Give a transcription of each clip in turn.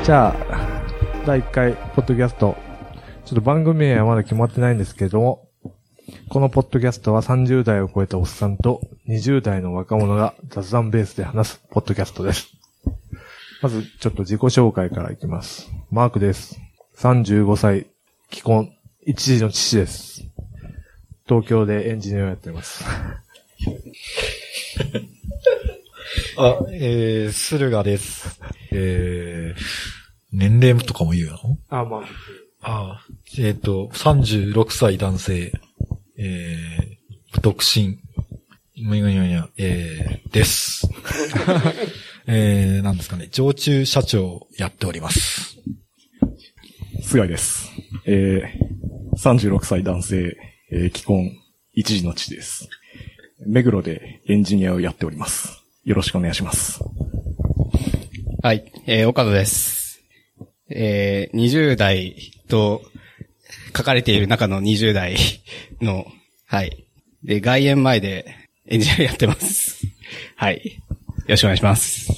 じゃあ、第1回、ポッドキャスト。ちょっと番組名はまだ決まってないんですけれども、このポッドキャストは30代を超えたおっさんと20代の若者が雑談ベースで話すポッドキャストです。まず、ちょっと自己紹介からいきます。マークです。35歳、既婚、一児の父です。東京でエンジニアをやっています。 駿河です。年齢とかも言うの？36歳男性、独身、です。なんですかね、常駐社長をやっております。 菅井です。36歳男性、既婚、一児の父です。目黒でエンジニアをやっております。よろしくお願いします。 はい、岡野です。20代と書かれている中の20代の、はい。で、外苑前でエンジニアやってます。はい。よろしくお願いします。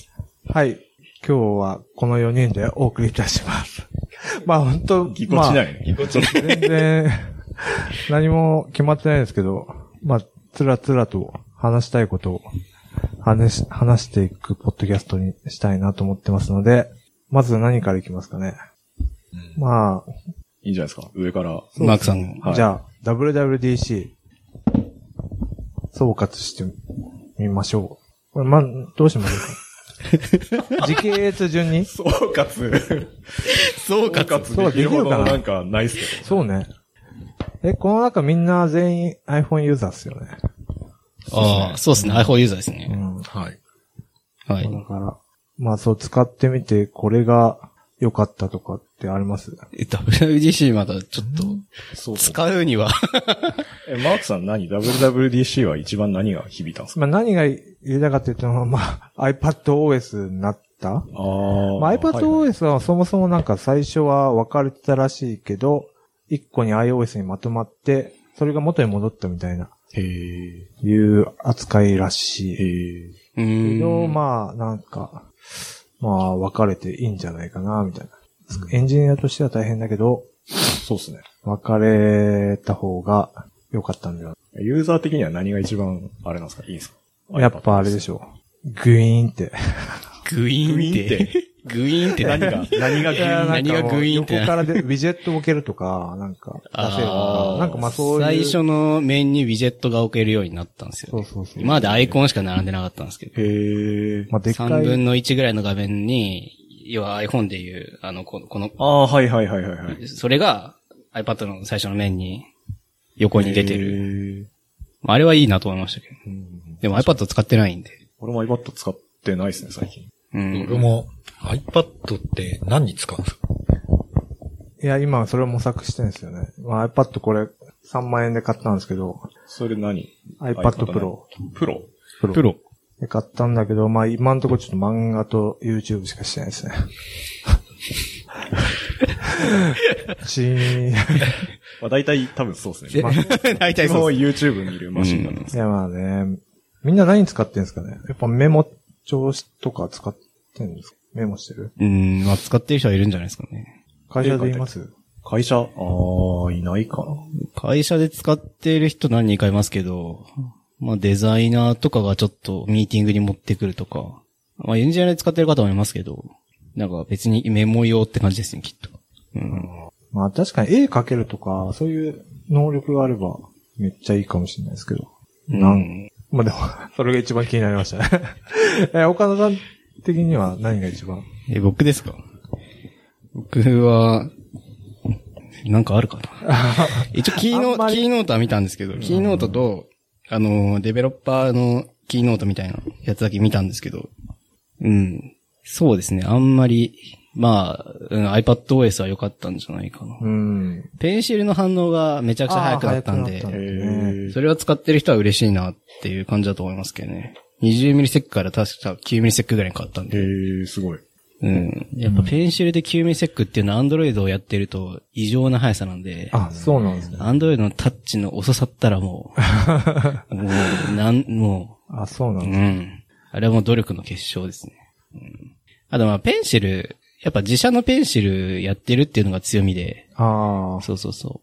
はい。今日はこの4人でお送りいたします。まあ本当ぎこちないね。ぎこちない。 全然、何も決まってないですけど、まあ、つらつらと話したいことを話していくポッドキャストにしたいなと思ってますので、まず何からいきますかね。まあ、 いいんじゃないですか。上から。 マークさん。 はい、じゃあ、WWDC、総括してみましょう。これ、どうしましょうか。時系列順に総括。 そうできるかな。 なんかないっすけど。 そうね。この中みんな全員 iPhone ユーザーっすよね。 ああ、そうですね。iPhone ユーザーですね。 うん。 はい。 はい。 だから、まあそう使ってみて、これが良かったとかってあります？ WWDC まだちょっと、使うには。 マークさんWWDC は一番何が響いたんですか？ まあ何が言いたかっていうと、まあ iPadOS になった。まあ iPadOS はそもそもなんか最初は分かれてたらしいけど、一個に iOS にまとまって、それが元に戻ったみたいな。いう扱いらしい。けど、まあ、なんか、まあ、分かれていいんじゃないかな、みたいな。エンジニアとしては大変だけど、 そうですね。 分かれた方が良かったんだよ。 ユーザー的には何が一番、あれなんですか？いいんですか？ やっぱあれでしょう。グイーンって。 グイーンってグイーンって何がグイーンって。 横からでウィジェットを置けるとか、なんか出せるとか、なんかまあそういう。 最初の面にウィジェットが置けるようになったんですよ、ね。そう。今までアイコンしか並んでなかったんですけど。 まあでっかい。 3分の1ぐらいの画面に、要は iPhone でいう、この。 はい。 それが iPad の最初の面に横に出てる。あれはいいなと思いましたけど。でも iPad 使ってないんで。 俺も iPad 使ってないですね、最近。 俺も iPad って何に使うんですか？ いや、今それを模索してるんですよね。まあ、iPad これ3万円で買ったんですけど。 それ何？ iPad Pro。 プロで買ったんだけど、まあ今のところちょっと漫画と YouTube しかしてないですね。 まあ大体多分そうですね。 大体そう。 YouTube 見るマシンなんです。 いやまあね、みんな何使ってんですかね？やっぱメモ帳とか使ってんですか？メモしてる？ まあ使ってる人はいるんじゃないですかね。 会社でいます？ 会社いないかな。 会社で使っている人何人かいますけど、まあデザイナーとかがちょっとミーティングに持ってくるとか、まあエンジニアで使ってる方もいますけど、なんか別にメモ用って感じですね、きっと。 まあ確かに絵描けるとか、そういう能力があればめっちゃいいかもしれないですけど。まあでも、それが一番気になりましたね。岡野さん的には何が一番？ 僕ですか？僕は、なんかあるかな。一応キーノートは見たんですけど、キーノートと、デベロッパーのキーノートみたいなやつだけ見たんですけど、そうですね、あんまり、まあ、iPadOS は良かったんじゃないかな。ペンシルの反応がめちゃくちゃ早くなったんで、それを使ってる人は嬉しいなっていう感じだと思いますけどね。20ミリセックから確か9ミリセックぐらいに変わったんで。 すごい。 やっぱペンシルで9ミリセックっていうのは Android をやってると異常な速さなんで。 あ、そうなんですね。 Android のタッチの遅さったらもう、もう。 あ、そうなんですね。 あれはもう努力の結晶ですね。あとまあペンシル、 やっぱ自社のペンシルやってるっていうのが強みで。 ああ。 そうそうそう。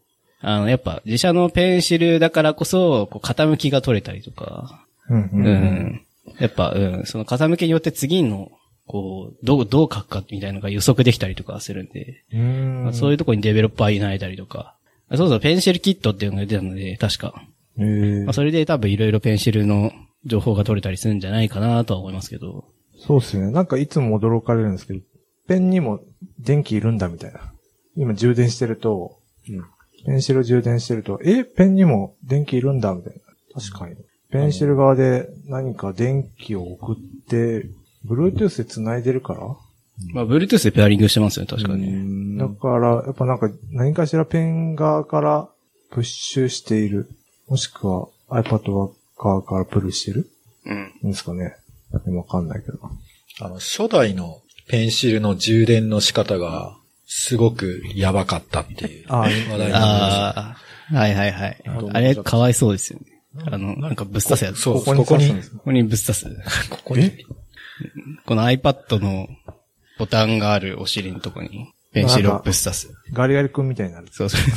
やっぱ自社のペンシルだからこそ、こう傾きが取れたりとか。やっぱ、その傾きによって次の、こう、どう書くかみたいなのが予測できたりとかするんで。まあ、そういうところにデベロッパーいないたりとか。そうそう、ペンシルキットっていうのが出たので、確か。まあ、それで多分いろいろペンシルの情報が取れたりするんじゃないかなとは思いますけど。 そうですね。なんかいつも驚かれるんですけど、ペンにも電気いるんだみたいな。今充電してると、ペンシル充電してると、ペンにも電気いるんだみたいな。確かに。ペンシル側で何か電気を送って、Bluetooth で繋いでるからまあ、Bluetooth でペアリングしてますよね、確かに。 だから、やっぱなんか何かしらペン側からプッシュしている。もしくは iPad 側からプルしてるんですかね。わかんないけど。 初代のペンシルの充電の仕方が、すごくやばかったっていう話題になりました。 はいはいはい。あれ、かわいそうですよね。なんかぶっ刺すやつ。 そう、ここにぶっ刺す。 ここに。 この iPad のボタンがあるお尻のとこに、ペンシルをぶっ刺す。 ガリガリ君みたいになる。 そうそう。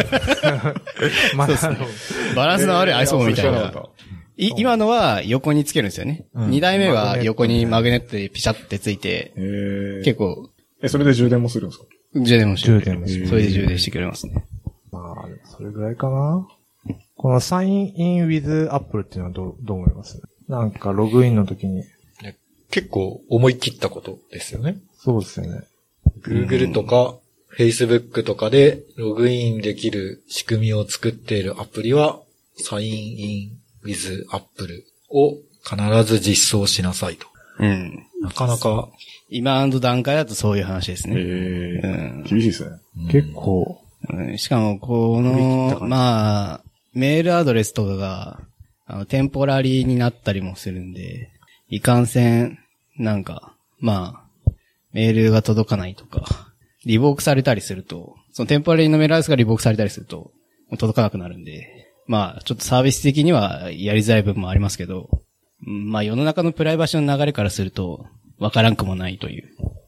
バランスの悪い iPhone みたいな。今のは横につけるんですよね。2代目は横にマグネットでピシャってついて、結構。 それで充電もするんですか？ 充電もしてくれます。それで充電してくれますね。 まあ、それぐらいかな。この Sign in with Apple っていうのはどう思います？なんかログインの時に。 結構思い切ったことですよね。 そうですよね。 Google とか Facebook とかでログインできる仕組みを作っているアプリは Sign in with Apple を必ず実装しなさいと。なかなか。 今の段階だとそういう話ですね。 厳しいですね。 結構。 しかも、この、まあ、メールアドレスとかが、テンポラリーになったりもするんで、いかんせん、なんか、まあ、メールが届かないとか、リボークされたりすると、そのテンポラリーのメールアドレスがリボークされたりすると、届かなくなるんで、まあ、ちょっとサービス的にはやりづらい部分もありますけど、まあ世の中のプライバシーの流れからすると、わからんくもないという。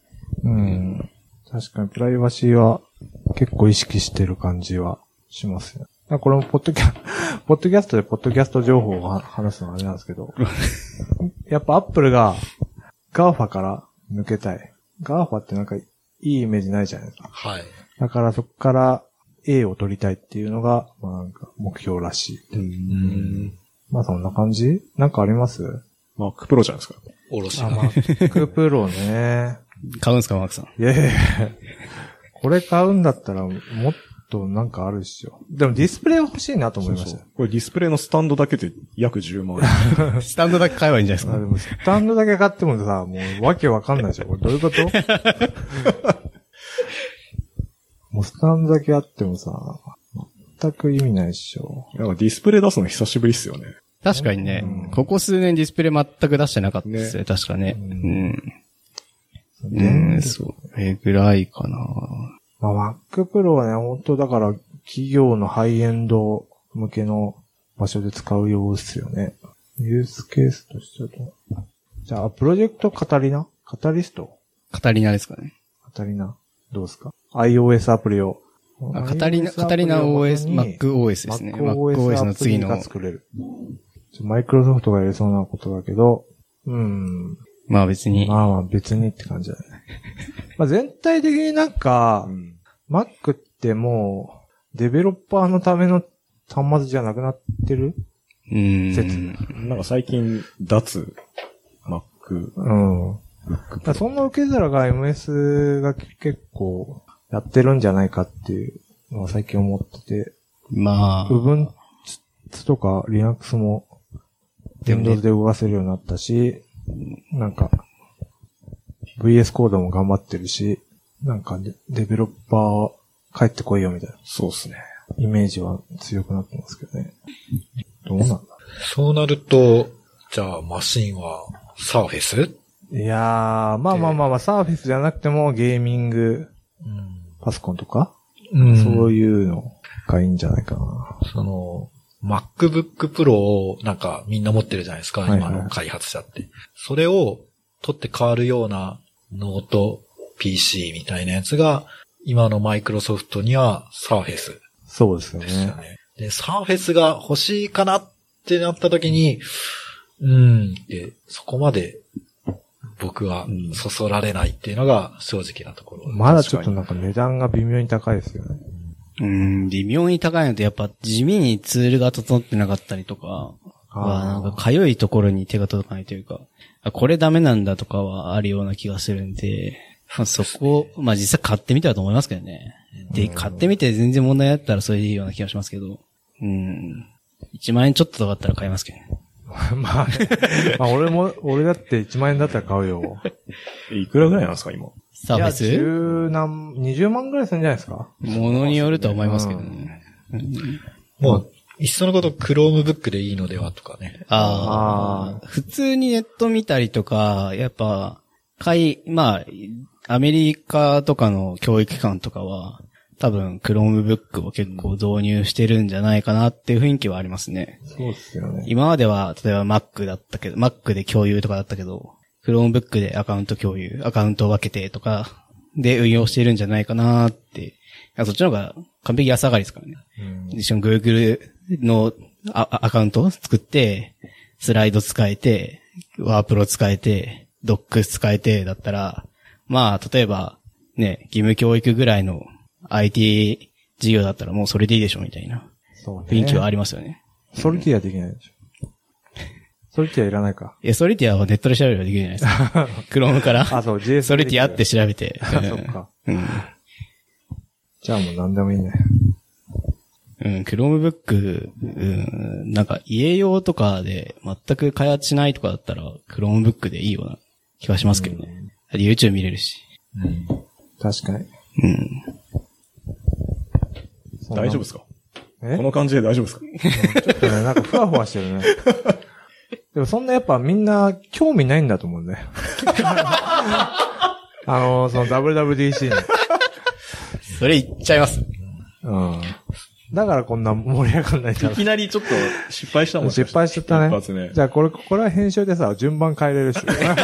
確かにプライバシーは結構意識してる感じはしますね。これもポッドキャストでポッドキャスト情報を話すのはあれなんですけど、やっぱアップルが GAFA から抜けたい。GAFA ってなんかいいイメージないじゃないですか。 はい。 だからそこから A を取りたいっていうのが、まあなんか目標らしい。まあそんな感じ？なんかあります？ Mac Pro じゃないですか。 おろし。 Mac Pro ね。 買うんすか、マークさん。 いやいやいや。これ買うんだったらもっとなんかあるっしょ。でもディスプレイ欲しいなと思いました。 そうこれディスプレイのスタンドだけで約10万円。 スタンドだけ買えばいいんじゃないですか。 でもスタンドだけ買ってもさ、もうわけわかんないでしょ。これどういうこともうスタンドだけあってもさ、全く意味ないっしょ。 なんかディスプレイ出すの久しぶりっすよね。 確かにね、ここ数年ディスプレイ全く出してなかったですね、確かね。そう。ぐらいかな。 まあ、Mac Pro はね、本当だから企業のハイエンド向けの場所で使うようですよね。ユースケースとしてはどう？じゃあ、プロジェクトカタリナ？カタリスト？ カタリナですかね。 カタリナ。どうですか？ iOS アプリを。 カタリナ OS、MacOS ですね。MacOS の次の。 作れる。マイクロソフトがやりそうなことだけど、 まあ別に。 まあ別にって感じだね。まあ全体的になんか、Mac ってもう、デベロッパーのための端末じゃなくなってる説。 なんか最近、脱 Mac。 そんな受け皿が MS が結構やってるんじゃないかっていうのは最近思ってて。 まあ。 Ubuntu とか Linux も Windows で動かせるようになったし、なんか VS コードも頑張ってるし、なんかデベロッパー帰ってこいよみたいな。 そうですね。 イメージは強くなってますけどね。どうなんだ？ そうなると、じゃあマシンはサーフェス？ いやー、まあ、サーフェスじゃなくてもゲーミング、パソコンとか、そういうのがいいんじゃないかな。 MacBook Pro をなんかみんな持ってるじゃないですか、今の開発者って。それを取って変わるようなノート PC みたいなやつが、今のマイクロソフトにはサーフェス。 そうですよね。 で、サーフェスが欲しいかなってなった時に、そこまで僕はそそられないっていうのが正直なところ。 まだちょっとなんか値段が微妙に高いですよね。 微妙に高いのとやっぱ地味にツールが整ってなかったりとかは、なんかかゆいところに手が届かないというか、これダメなんだとかはあるような気がするんで、そこを、実際買ってみたらと思いますけどね。で、買ってみて全然問題あったらそれでいいような気がしますけど、1万円ちょっととかだったら買いますけどね。 俺だって1万円だったら買うよ。 いくらぐらいなんですか、今。 サーフェス 20万ぐらいするんじゃないですか。 ものによるとは思いますけどね。 もう、いっそのこと Chromebook でいいのではとかね。 普通にネット見たりとか、やっぱ、アメリカとかの教育機関とかは、多分、Chromebook を結構導入してるんじゃないかなっていう雰囲気はありますね。 そうですよね。 今までは、例えば Mac で共有とかだったけど、Chromebook でアカウント共有、アカウントを分けてとか、で運用してるんじゃないかなって。そっちの方が完璧安上がりですからね。一緒に Google のアカウントを作って、スライド使えて、ワープロ使えて、Docs 使えてだったら、例えば、ね、義務教育ぐらいのIT 事業だったらもうそれでいいでしょみたいな雰囲気はありますよね。 ソリティアできないでしょ。ソリティアいらないか。 いや、ソリティアはネットで調べればできるじゃないですか。Chrome から。 そう、JS。 ソリティアって調べて。 そっか。じゃあもう何でもいいね。 Chromebook、なんか家用とかで全く開発しないとかだったら、Chromebook でいいような気がしますけどね。YouTube 見れるし。 確かに。 大丈夫ですか？この感じで大丈夫ですか？ ちょっとね、なんかふわふわしてるね。でもそんなやっぱみんな興味ないんだと思うね。その WWDC に。 それ言っちゃいます。 だからこんな盛り上がんないんだ。 いきなりちょっと失敗したもんね。 失敗しちゃったね。 一発目。 じゃあこれは編集でさ、順番変えれるし。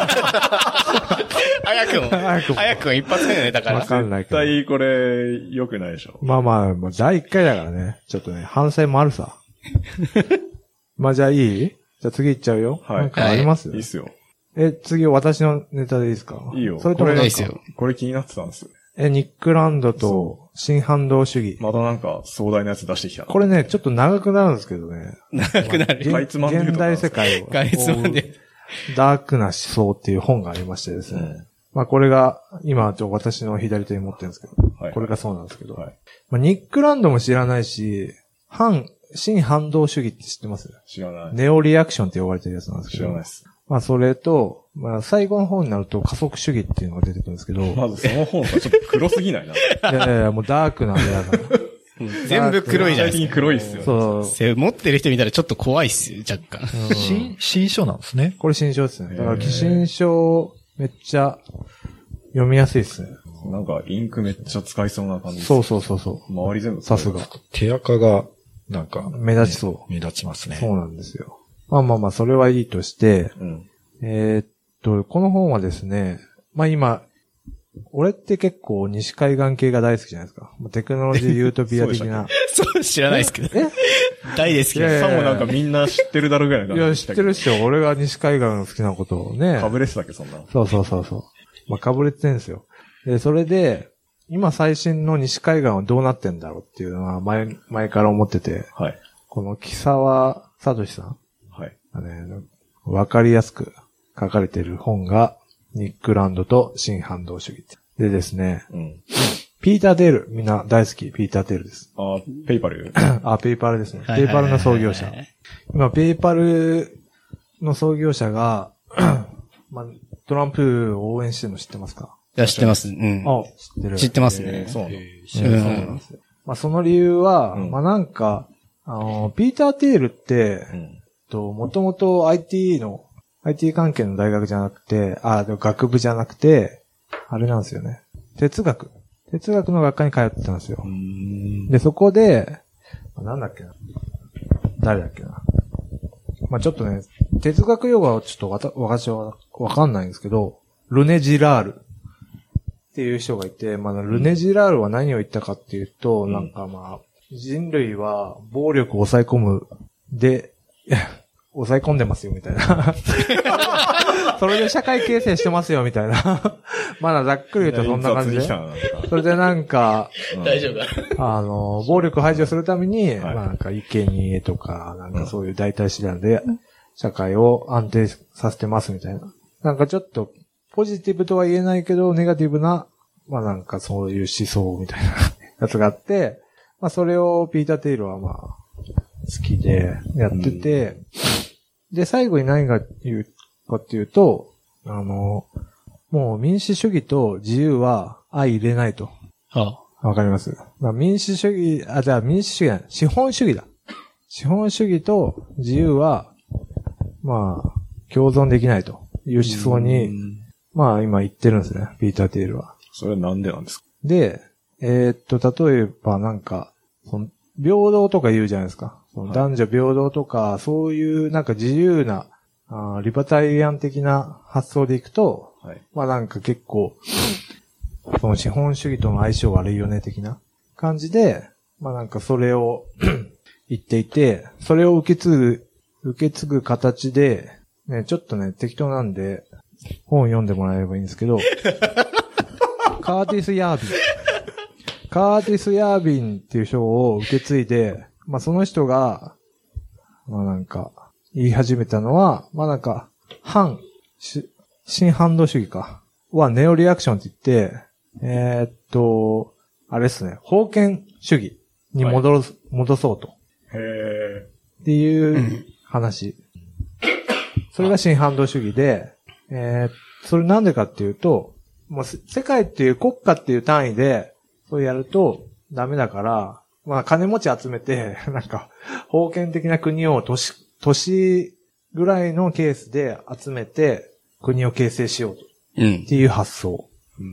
早く一発目のネタから。 わかんないけど。 絶対これ良くないでしょ。 第1回だからね。ちょっとね、反省もあるさ。じゃあいい？じゃあ次行っちゃうよ。 はい。 なんかあります？ いいっすよ。 次私のネタでいいですか？ いいよ。 それともこれ気になってたんですよ。 ニックランドと新反動主義。 またなんか壮大なやつ出してきた。 これね、ちょっと長くなるんですけどね。 長くなる。 現代世界を。 ダークな思想っていう本がありましてですね。これが、今、私の左手に持ってるんですけど、これがそうなんですけど、ニックランドも知らないし、新反動主義って知ってます？ 知らない。 ネオリアクションって呼ばれてるやつなんですけど。 知らないです。 それと、最後の方になると加速主義っていうのが出てくるんですけど。 まずその本がちょっと黒すぎないな。 いや、もうダークなんでだから。 全部黒いじゃないですか。 黒いっすよ。 そう。 持ってる人見たらちょっと怖いっすよ、若干。 新書なんですね。 これ新書ですね。だから新書、めっちゃ読みやすいですね。 なんかインクめっちゃ使いそうな感じ。 そう。 周り全部。 さすが。 手垢が、なんか、 目立ちそう。 目立ちますね。 そうなんですよ。それはいいとして、この本はですね、今、俺って結構西海岸系が大好きじゃないですか。テクノロジーユートピア的な。 そう、知らないですけど。大ですけど。 さもなんかみんな知ってるだろうぐらいの感じ。いや、知ってるっしょ。俺が西海岸の好きなことをね。 かぶれてたっけ、そんな。 そう。かぶれてるんですよ。で、それで、今最新の西海岸はどうなってんだろうっていうのは前から思ってて。 はい。 この木沢聡さん。 はい。 わかりやすく書かれている本が、ニックランドと新反動主義。でですね、ピーター・テール、みんな大好き、ピーター・テールです。 ペイパルペイパルですね。ペイパルの創業者。今、ペイパルの創業者が、トランプを応援してるの知ってますか？ いや、知ってます。 知ってる。 知ってますね。 そうなんですよ。その理由は、なんか、ピーター・テールって、もともと IT 関係の大学じゃなくて、学部じゃなくて、あれなんですよね。哲学の学科に通ってたんですよ。で、そこで、なんだっけな。誰だっけな。ちょっとね、哲学用語はちょっと私はわかんないんですけど、ルネ・ジラールっっていう人がいて、まあ、ルネ・ジラールは何を言ったかっていうと、なんかまあ、人類は暴力を抑え込むで、抑え込んでますよみたいな。それで社会形成してますよみたいな。まだざっくり言うとそんな感じで。それでなんか、 大丈夫暴力排除するために、まあなんか生贄とか、なんかそういう代替手段で、社会を安定させてますみたいな。なんかちょっと、ポジティブとは言えないけど、ネガティブな、まあなんかそういう思想みたいなやつがあって、まあそれをピーター・テイルはまあ、好きでやってて、で、最後に何が言うかっていうと、もう民主主義と自由は相入れないと。わかります？まあ、民主主義、じゃあ民主主義だ。資本主義だ。資本主義と自由は、まあ、共存できないという思想に、まあ今言ってるんですね、ピーター・テイルは。 それはなんでなんですか？ で、例えばなんか、平等とか言うじゃないですか。男女平等とか、そういうなんか自由な、リバタリアン的な発想でいくと、はい、まあなんか結構、その資本主義との相性悪いよね、的な感じで、まあなんかそれを言っていて、それを受け継ぐ形で、ね、ちょっとね、適当なんで、本を読んでもらえればいいんですけど、カーティス・ヤービンっていう賞を受け継いで、まあその人が、まあなんか、言い始めたのは、まあなんか、新反動主義か。はネオリアクションって言って、あれですね、封建主義に戻そうと。っていう話。それが新反動主義で、それなんでかっていうと、もう世界っていう国家っていう単位で、そうやるとダメだから、まあ金持ち集めて、なんか、封建的な国を都市ぐらいのケースで集めて国を形成しようと。っていう発想。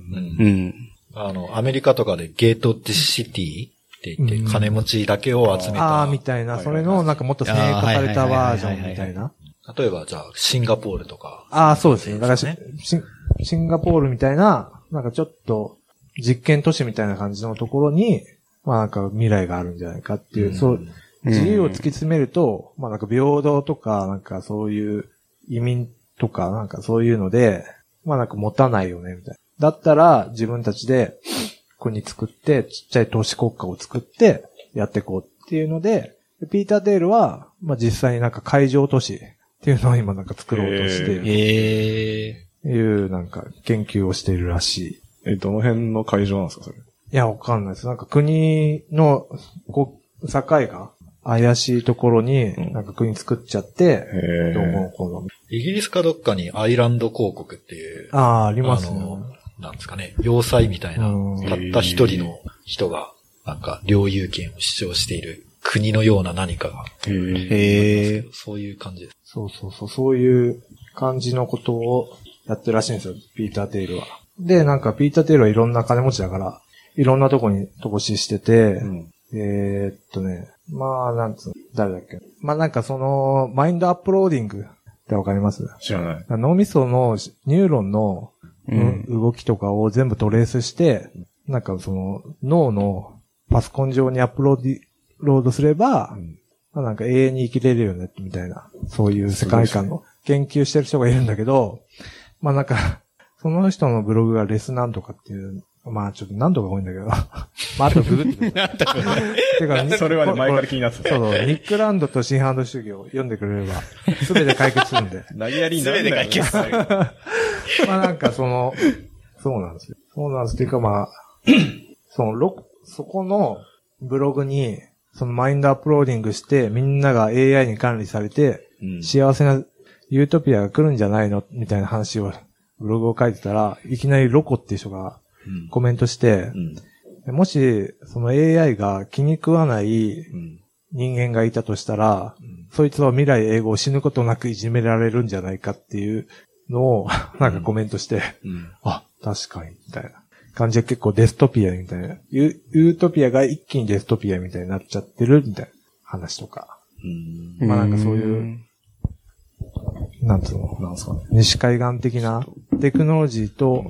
アメリカとかでゲートシティって言って、金持ちだけを集めた。 みたいな。それのなんかもっと精鋭化されたバージョンみたいな。 例えばじゃあ、シンガポールとか。 そうですね。だからシンガポールみたいな、なんかちょっと実験都市みたいな感じのところに、まあなんか未来があるんじゃないかっていう、そう、自由を突き詰めると、まあなんか平等とか、なんかそういう移民とか、なんかそういうので、まあなんか持たないよね、みたいな。だったら自分たちで国作って、ちっちゃい都市国家を作ってやっていこうっていうので、ピーター・テイルは、まあ実際になんか海上都市っていうのを今なんか作ろうとして、いうなんか研究をしているらしい。どの辺の海上なんですか、それ？ いや、わかんないです。なんか国の境が怪しいところになんか国作っちゃって、どうもこの。 イギリスかどっかにアイランド公国っていう。 ありますね。 なんですかね。要塞みたいな、たった一人の人が、なんか領有権を主張している国のような何かが。そういう感じです。 そういう感じのことをやってるらしいんですよ、ピーター・テイルは。で、なんかピーター・テイルはいろんな金持ちだから、いろんなとこに投資してて、まあ、なんつうの、誰だっけ。まあなんかマインドアップローディングってわかります？ 知らない。 脳みそのニューロンの、動きとかを全部トレースして、なんか脳のパソコン上にアップロードすれば、まあなんか永遠に生きれるよね、みたいな、そういう世界観の研究してる人がいるんだけど、まあなんか、その人のブログがレスなんとかっていう、まあちょっと何度か多いんだけど、まああとググっててか、それはね、前から気になってた。 ニックランドと新ハンド主義を読んでくれれば、すべて解決するんで。 投げやりになるんだよね。 すべて解決する。 まあなんかそうなんですよ。そうなんです。っていうかまあ、そこのブログに、マインドアップローディングして、みんなが AI に管理されて、幸せなユートピアが来るんじゃないのみたいな話を、ブログを書いてたら、いきなりロコっていう人がコメントして、もし、AI が気に食わない人間がいたとしたら、そいつは未来永劫死ぬことなくいじめられるんじゃないかっていうのを、なんかコメントして、確かに、みたいな感じで結構デストピアみたいな、ユートピアが一気にデストピアみたいになっちゃってるみたいな話とか。まあなんかそういう、なんつうの、 なんすかね。 西海岸的なテクノロジーと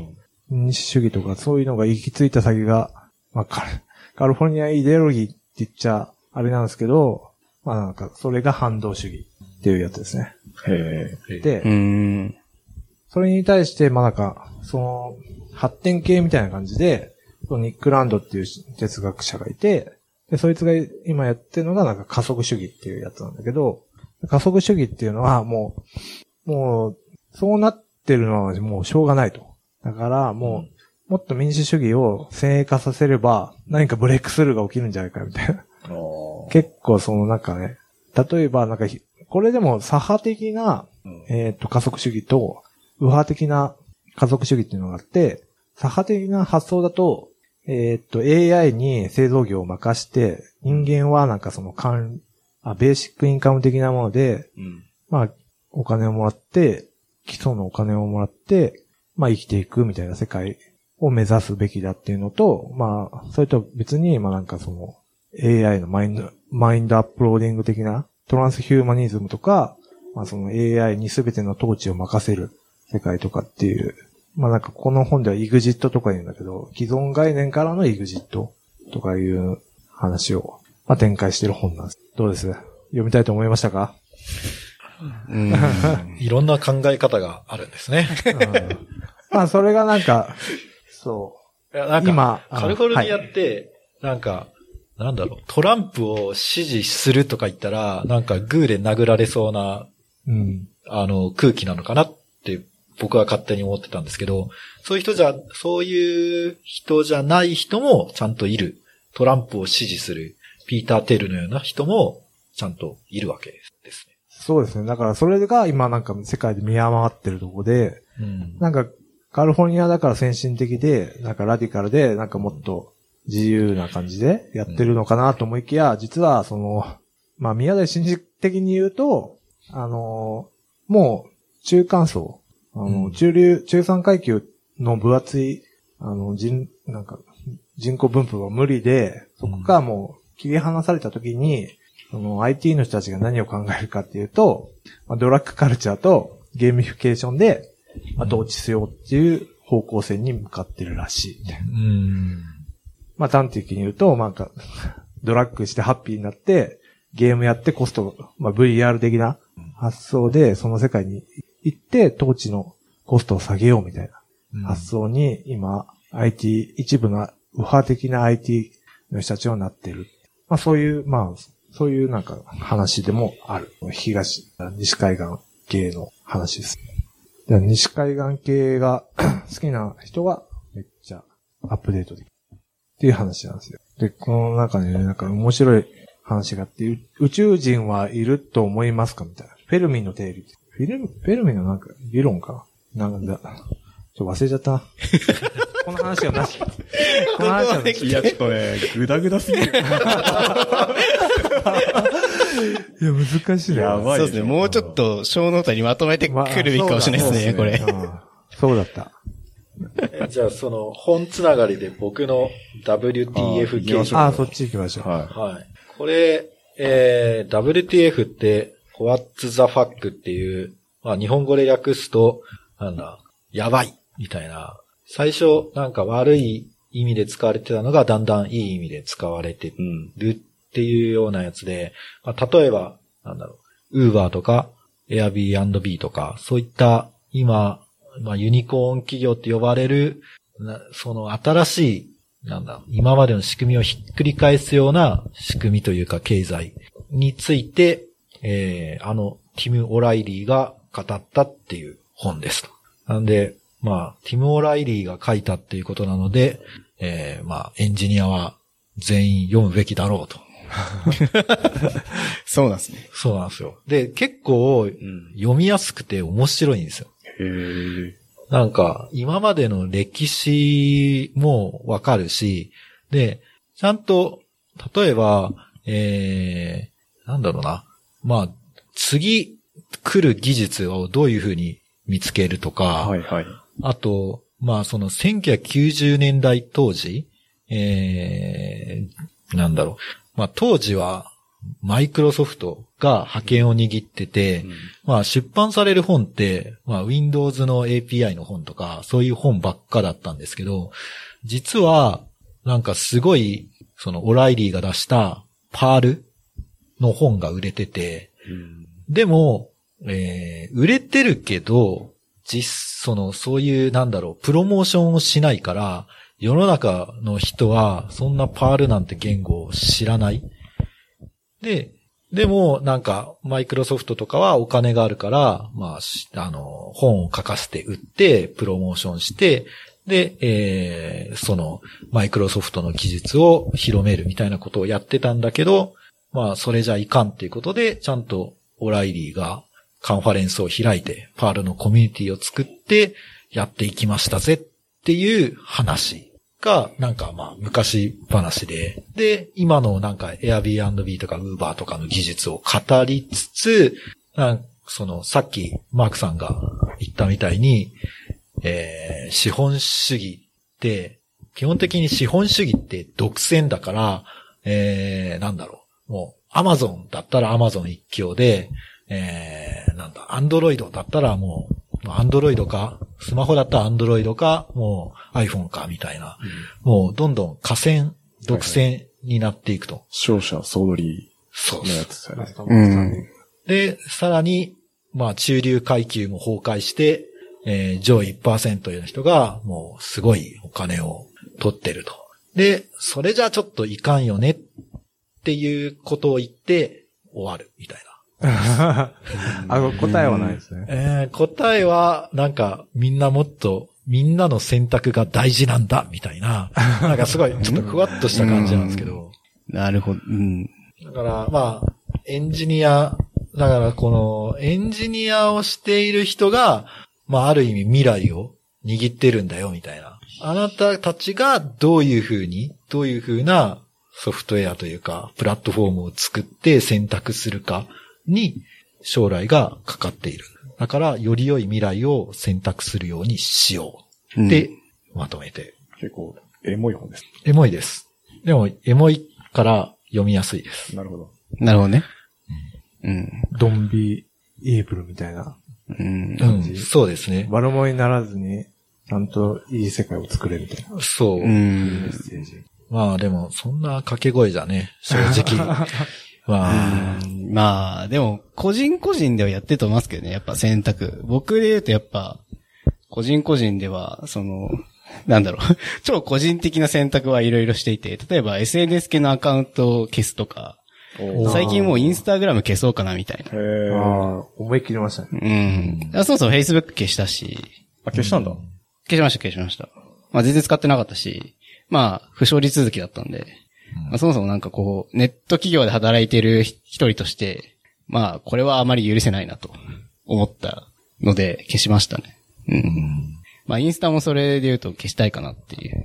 民主主義とかそういうのが行き着いた先が、まあカリフォルニアイデオロギーって言っちゃあれなんですけど、まあなんかそれが反動主義っていうやつですね。で、それに対して、まあなんか、その発展系みたいな感じで、ニック・ランドっていう哲学者がいて、で、そいつが今やってるのがなんか加速主義っていうやつなんだけど、加速主義っていうのはもう、そうなってるのはもうしょうがないと。だからもっと民主主義を先鋭化させれば何かブレイクスルーが起きるんじゃないかみたいな。結構そのなんかね、例えばなんか、これでも左派的な、加速主義と右派的な加速主義っていうのがあって、左派的な発想だと、AI に製造業を任して、人間はなんかそのベーシックインカム的なもので、まあ、お金をもらって、基礎のお金をもらって、まあ生きていくみたいな世界を目指すべきだっていうのと、まあ、それと別に、まあなんかその、AI のマインドアップローディング的なトランスヒューマニズムとか、まあその AI に全ての統治を任せる世界とかっていう、まあなんかこの本では EXIT とか言うんだけど、既存概念からの EXIT とかいう話を、まあ、展開してる本なんです。どうです？読みたいと思いましたか？ いろんな考え方があるんですね。 まあそれがなんか、そう。 いやなんか今、カリフォルニアって、なんか、なんだろう、トランプを支持するとか言ったら、なんかグーで殴られそうな、空気なのかなって僕は勝手に思ってたんですけど、そういう人じゃない人もちゃんといる。トランプを支持するピーター・テルのような人もちゃんといるわけですね。 そうですね。だからそれが今なんか世界で見余ってるとこで、なんかカリフォルニアだから先進的で、なんかラディカルで、なんかもっと自由な感じでやってるのかなと思いきや、実はその、まあ宮台真司的に言うと、もう中間層、中産階級の分厚い、なんか人口分布は無理で、そこからもう切り離された時に、IT の人たちが何を考えるかっていうと、ドラッグカルチャーとゲーミフィケーションで、統治しようっていう方向性に向かってるらしい。まあ端的に言うと、なんか、ドラッグしてハッピーになって、ゲームやってコスト、まあ VR 的な発想で、その世界に行って、統治のコストを下げようみたいな発想に、今、一部の右派的な IT の人たちはなってる。まあそういうなんか話でもある。西海岸系の話です。西海岸系が好きな人はめっちゃアップデートできるっていう話なんですよ。で、この中にね、なんか面白い話があって、宇宙人はいると思いますかみたいな。フェルミの定理。フェルミのなんか理論かなんだ。忘れちゃったな。この話はなし。この話はなし。 いや、ちょっとね、グダグダすぎる。いや、 難しいね。 やばい。 そうですね。もうちょっと小ノートにまとめてくるべきかもしれないですね、これ。 そうだった。 じゃあ、その本つながりで僕の WTF 系。 そっち行きましょう。 はい。これ、WTF って、What's the fuck っていう、まあ日本語で訳すと、やばいみたいな。最初、なんか悪い意味で使われてたのが、だんだんいい意味で使われてるっていうようなやつで、まあ、例えば、Uber とか、Airbnb とか、そういった今、まあ、ユニコーン企業って呼ばれる、その新しい、今までの仕組みをひっくり返すような仕組みというか経済について、ティム・オライリーが語ったっていう本ですと。なんで、まあ、ティム・オライリーが書いたっていうことなので、まあ、エンジニアは全員読むべきだろうと。 そうなんですね。 そうなんですよ。で、結構、読みやすくて面白いんですよ。なんか、今までの歴史もわかるし、で、ちゃんと、例えば、なんだろうな。まあ、次来る技術をどういうふうに見つけるとか、 はいはい。 あと、まあその1990年代当時、なんだろう。まあ当時は、 マイクロソフトが覇権を握ってて、まあ出版される本って、まあ Windows の API の本とか、そういう本ばっかだったんですけど、実は、なんかすごい、そのオライリーが出したパールの本が売れてて、でも、売れてるけど、そういうプロモーションをしないから、世の中の人はそんなパールなんて言語を知らない。でもなんかマイクロソフトとかはお金があるから、まあ、本を書かせて売って、プロモーションして、で、そのマイクロソフトの技術を広めるみたいなことをやってたんだけど、まあそれじゃいかんっていうことで、ちゃんとオライリーがカンファレンスを開いて、パールのコミュニティを作ってやっていきましたぜっていう話が、なんかまあ昔話で、で、今のなんか Airbnb とか Uber とかの技術を語りつつ、さっきマークさんが言ったみたいに、資本主義って、基本的に資本主義って独占だから、もう Amazon だったら Amazon 一強で、Android だったらもう、Android か、スマホだったら Android か、もう iPhone かみたいな、もうどんどん独占になっていくと。 勝者総取りのやつですよね。 で、さらに、まあ中流階級も崩壊して、上位 1% の人がもうすごいお金を取ってると。で、それじゃちょっといかんよねっていうことを言って終わるみたいな。 答えはないですね。 答えは、なんか、みんなの選択が大事なんだ、みたいな。なんかすごい、ちょっとふわっとした感じなんですけど。 なるほど。 だから、まあ、だからこの、エンジニアをしている人が、まあ、ある意味未来を握ってるんだよ、みたいな。あなたたちがどういう風なソフトウェアというか、プラットフォームを作って選択するか、に将来がかかっている。だから、より良い未来を選択するようにしよう。ってまとめて。 結構、エモい本です。 エモいです。でも、エモいから読みやすいです。 なるほど。 なるほどね。 ドンビーイーブルみたいな感じ。 そうですね。 悪者にならずに、ちゃんといい世界を作れるみたいな。 そう。 メッセージ。 まあでも、そんな掛け声じゃね、正直。 まあ、でも、個人個人ではやってると思いますけどね、やっぱ選択。僕で言うとやっぱ、個人個人では、超個人的な選択はいろいろしていて、例えば SNS 系のアカウントを消すとか、最近もうインスタグラム消そうかなみたいな。 思い切りましたね。 そもそも Facebook 消したし。 消したんだ。 消しました。まあ全然使ってなかったし、まあ不祥事続きだったんで、まあ、そもそもなんかこう、ネット企業で働いている一人として、まあこれはあまり許せないなと思ったので消しましたね。まあインスタもそれで言うと消したいかなっていう。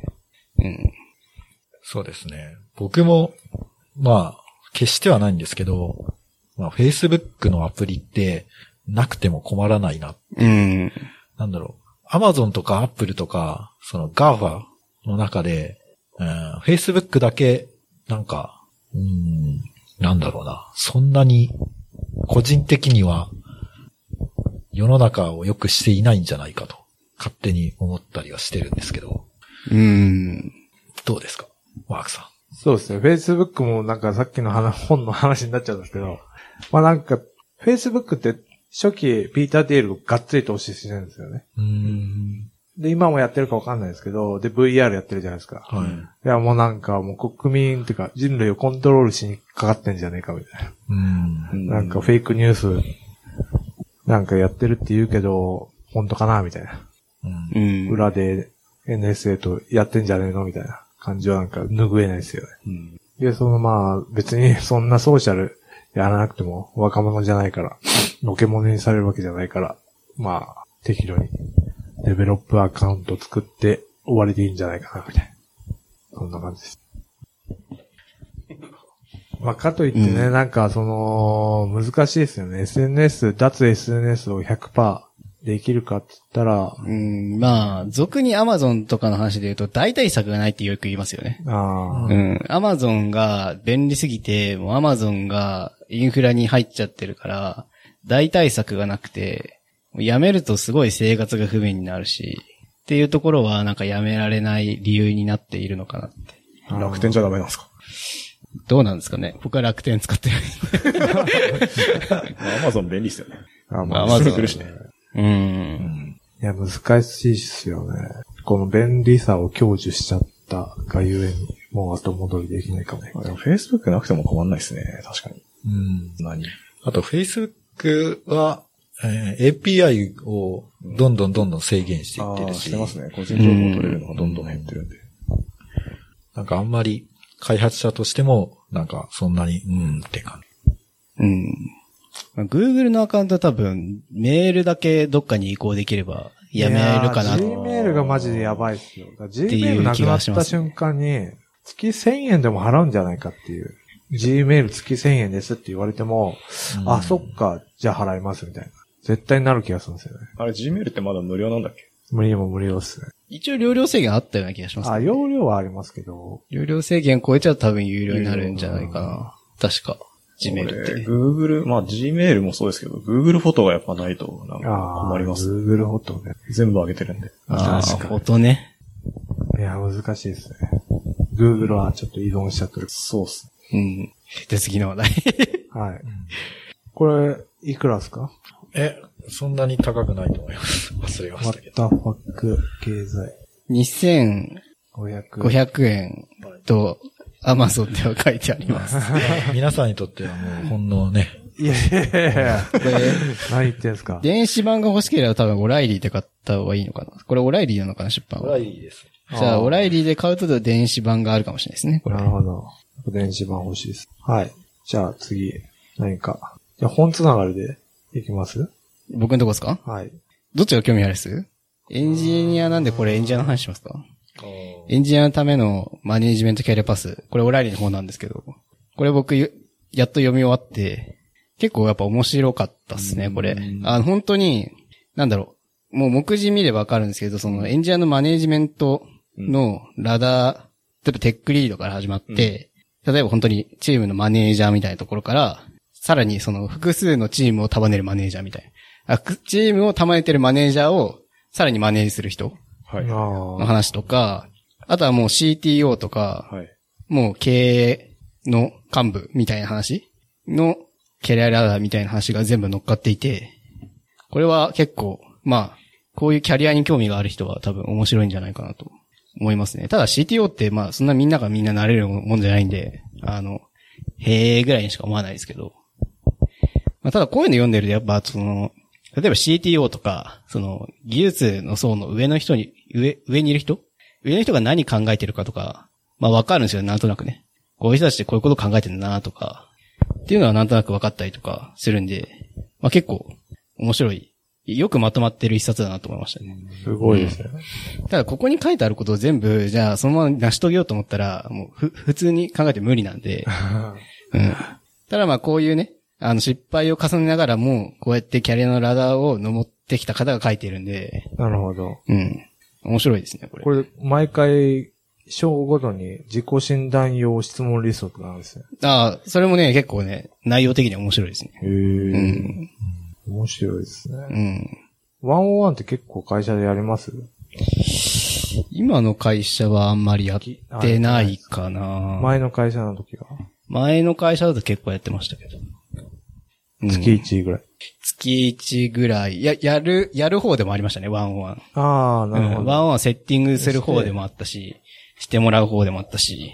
そうですね。僕も、まあ、消してはないんですけど、まあ Facebook のアプリってなくても困らないなって。Amazon とか Apple とか、その GAFA の中で、Facebook だけ、なんか、そんなに、個人的には、世の中を良くしていないんじゃないかと、勝手に思ったりはしてるんですけど。どうですか、マークさん。 そうですね。Facebook もなんかさっきの本の話になっちゃうんですけど、まあなんか、Facebook って初期ピーター・テイルをがっつり投資してるんですよね。で、今もやってるかわかんないですけど、で、VR やってるじゃないですか。いや、もうなんか、もう国民っていうか、人類をコントロールしにかかってんじゃねえか、みたいな。なんか、フェイクニュース、なんかやってるって言うけど、本当かな、みたいな。裏で NSA とやってんじゃねえの、みたいな感じはなんか拭えないですよね。で、まあ、別にそんなソーシャルやらなくても若者じゃないから、のけものにされるわけじゃないから、まあ、適度に。デベロップアカウント作って終わりでいいんじゃないかな、みたいな。そんな感じです。まあ、かといってね、なんか難しいですよね。脱 SNS を 100% できるかって言ったら、 まあ、俗に Amazon とかの話で言うと、代替策がないってよく言いますよね。Amazon が便利すぎて、もう Amazon がインフラに入っちゃってるから、代替策がなくて、やめるとすごい生活が不便になるし、っていうところはなんかやめられない理由になっているのかなって。 楽天じゃダメなんですか？ どうなんですかね。僕は楽天使ってる。 Amazon 便利ですよね。 Amazon 来るしね。 いや、難しいっすよね。この便利さを享受しちゃったがゆえに、もう後戻りできないかもね。 Facebook なくても変わんないですね。確かに。 あと Facebook は、API をどんどん制限していってるし。 してますね。個人情報取れるのがどんどん減ってるんで。 なんかあんまり開発者としても、なんかそんなに、って感じ。 Google のアカウントは多分、メールだけどっかに移行できればやめられるかな。 Gmail がマジでやばいっすよ。Gmail なくなった瞬間に、月1000円でも払うんじゃないかっていう。Gmail 月1000円ですって言われても、あ、そっか、じゃあ払いますみたいな。絶対になる気がするんですよね。 あれ Gmail ってまだ無料なんだっけ？ 無料っすね。 一応容量制限あったような気がしますね。 容量はありますけど。 容量制限超えちゃうと多分有料になるんじゃないかな。確か。Gmail って。 Google、Gmail もそうですけど、Google フォトがやっぱないとなんか困ります。 Google フォトね。 全部上げてるんで。 フォトね。 いや、難しいですね。Google はちょっと依存しちゃってる。 そうっす。 で、次の話題。 はい。これ、いくらですか？ そんなに高くないと思います。忘れましたけど。 What the fuck 経済。 2500円と Amazon では書いてあります。 皆さんにとってはもうほんのね。 いや。これ、何言ってんすか？ 電子版が欲しければ多分オライリーで買った方がいいのかな。これオライリーなのかな、出版は。 オライリーです。 じゃあ、オライリーで買うと電子版があるかもしれないですね。 なるほど。電子版欲しいです。はい。じゃあ次、何か。じゃあ本つながりでいきます？ 僕のとこですか？ はい。 どっちが興味あるです？エンジニアなんでこれエンジニアの話しますか？エンジニアのためのマネージメントキャリアパス。これオライリーの方なんですけど。これ僕やっと読み終わって、結構やっぱ面白かったっすね、これ。本当に、なんだろう。もう目次見ればわかるんですけど、そのエンジニアのマネージメントのラダー、例えばテックリードから始まって、例えば本当にチームのマネージャーみたいなところから、さらにその複数のチームを束ねるマネージャーみたいな。チームを束ねてるマネージャーをさらにマネージする人の話とか、あとはもう CTO とか、もう経営の幹部みたいな話のキャリアラダーみたいな話が全部乗っかっていて、これは結構、こういうキャリアに興味がある人は多分面白いんじゃないかなと思いますね。ただ CTO ってそんなみんながみんななれるもんじゃないんで、へーぐらいにしか思わないですけど。ただこういうの読んでるとやっぱ例えば CTO とか、技術の層の上の人に、上にいる人が何考えてるかとか、わかるんですよ、なんとなくね。こういう人たちってこういうこと考えてるなとか、っていうのはなんとなく分かったりとかするんで、結構面白い。よくまとまってる一冊だなと思いましたね。 すごいですね。 ただここに書いてあることを全部、じゃあそのまま成し遂げようと思ったら、もう普通に考えて無理なんで。ただこういうね、失敗を重ねながらも、こうやってキャリアのラダーを登ってきた方が書いてるんで。 なるほど。 面白いですね、これ。 これ、毎回、章ごとに自己診断用質問リストとかなんですね。 それもね、結構ね、内容的には面白いですね。 面白いですね。101って結構会社でやります？ 今の会社はあんまりやってないかな。 前の会社の時は？ 前の会社だと結構やってましたけど。 月1ぐらい。 月1ぐらい。やる方でもありましたね、101。 なるほど。 101はセッティングする方でもあったし、してもらう方でもあったし。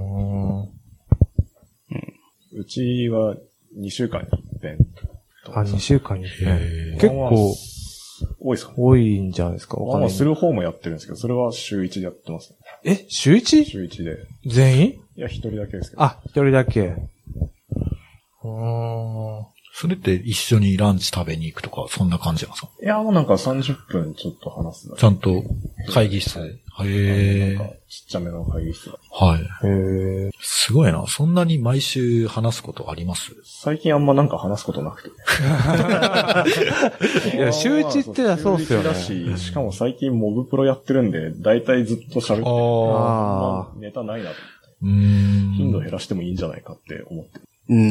うちは2週間に一遍。 2週間に一遍。結構、 多いですか？ 多いんじゃないですか？ する方もやってるんですけど、それは週1でやってますね。 週 1？ 週1で。 全員？ いや、1人だけですけど。 1人だけ。 それって一緒にランチ食べに行くとか、そんな感じなんですか？ いや、もうなんか30分ちょっと話すだけ。 ちゃんと会議室で。へなんかちっちゃめの会議室だ。 はい。へえ。すごいな。そんなに毎週話すことあります？ 最近あんまなんか話すことなくて。 いや、週一ってのはそうっすよね。 だし、しかも最近モブプロやってるんで、だいたいずっと喋ってる。 ああ。 ネタないなと思って。頻度減らしてもいいんじゃないかって思ってる。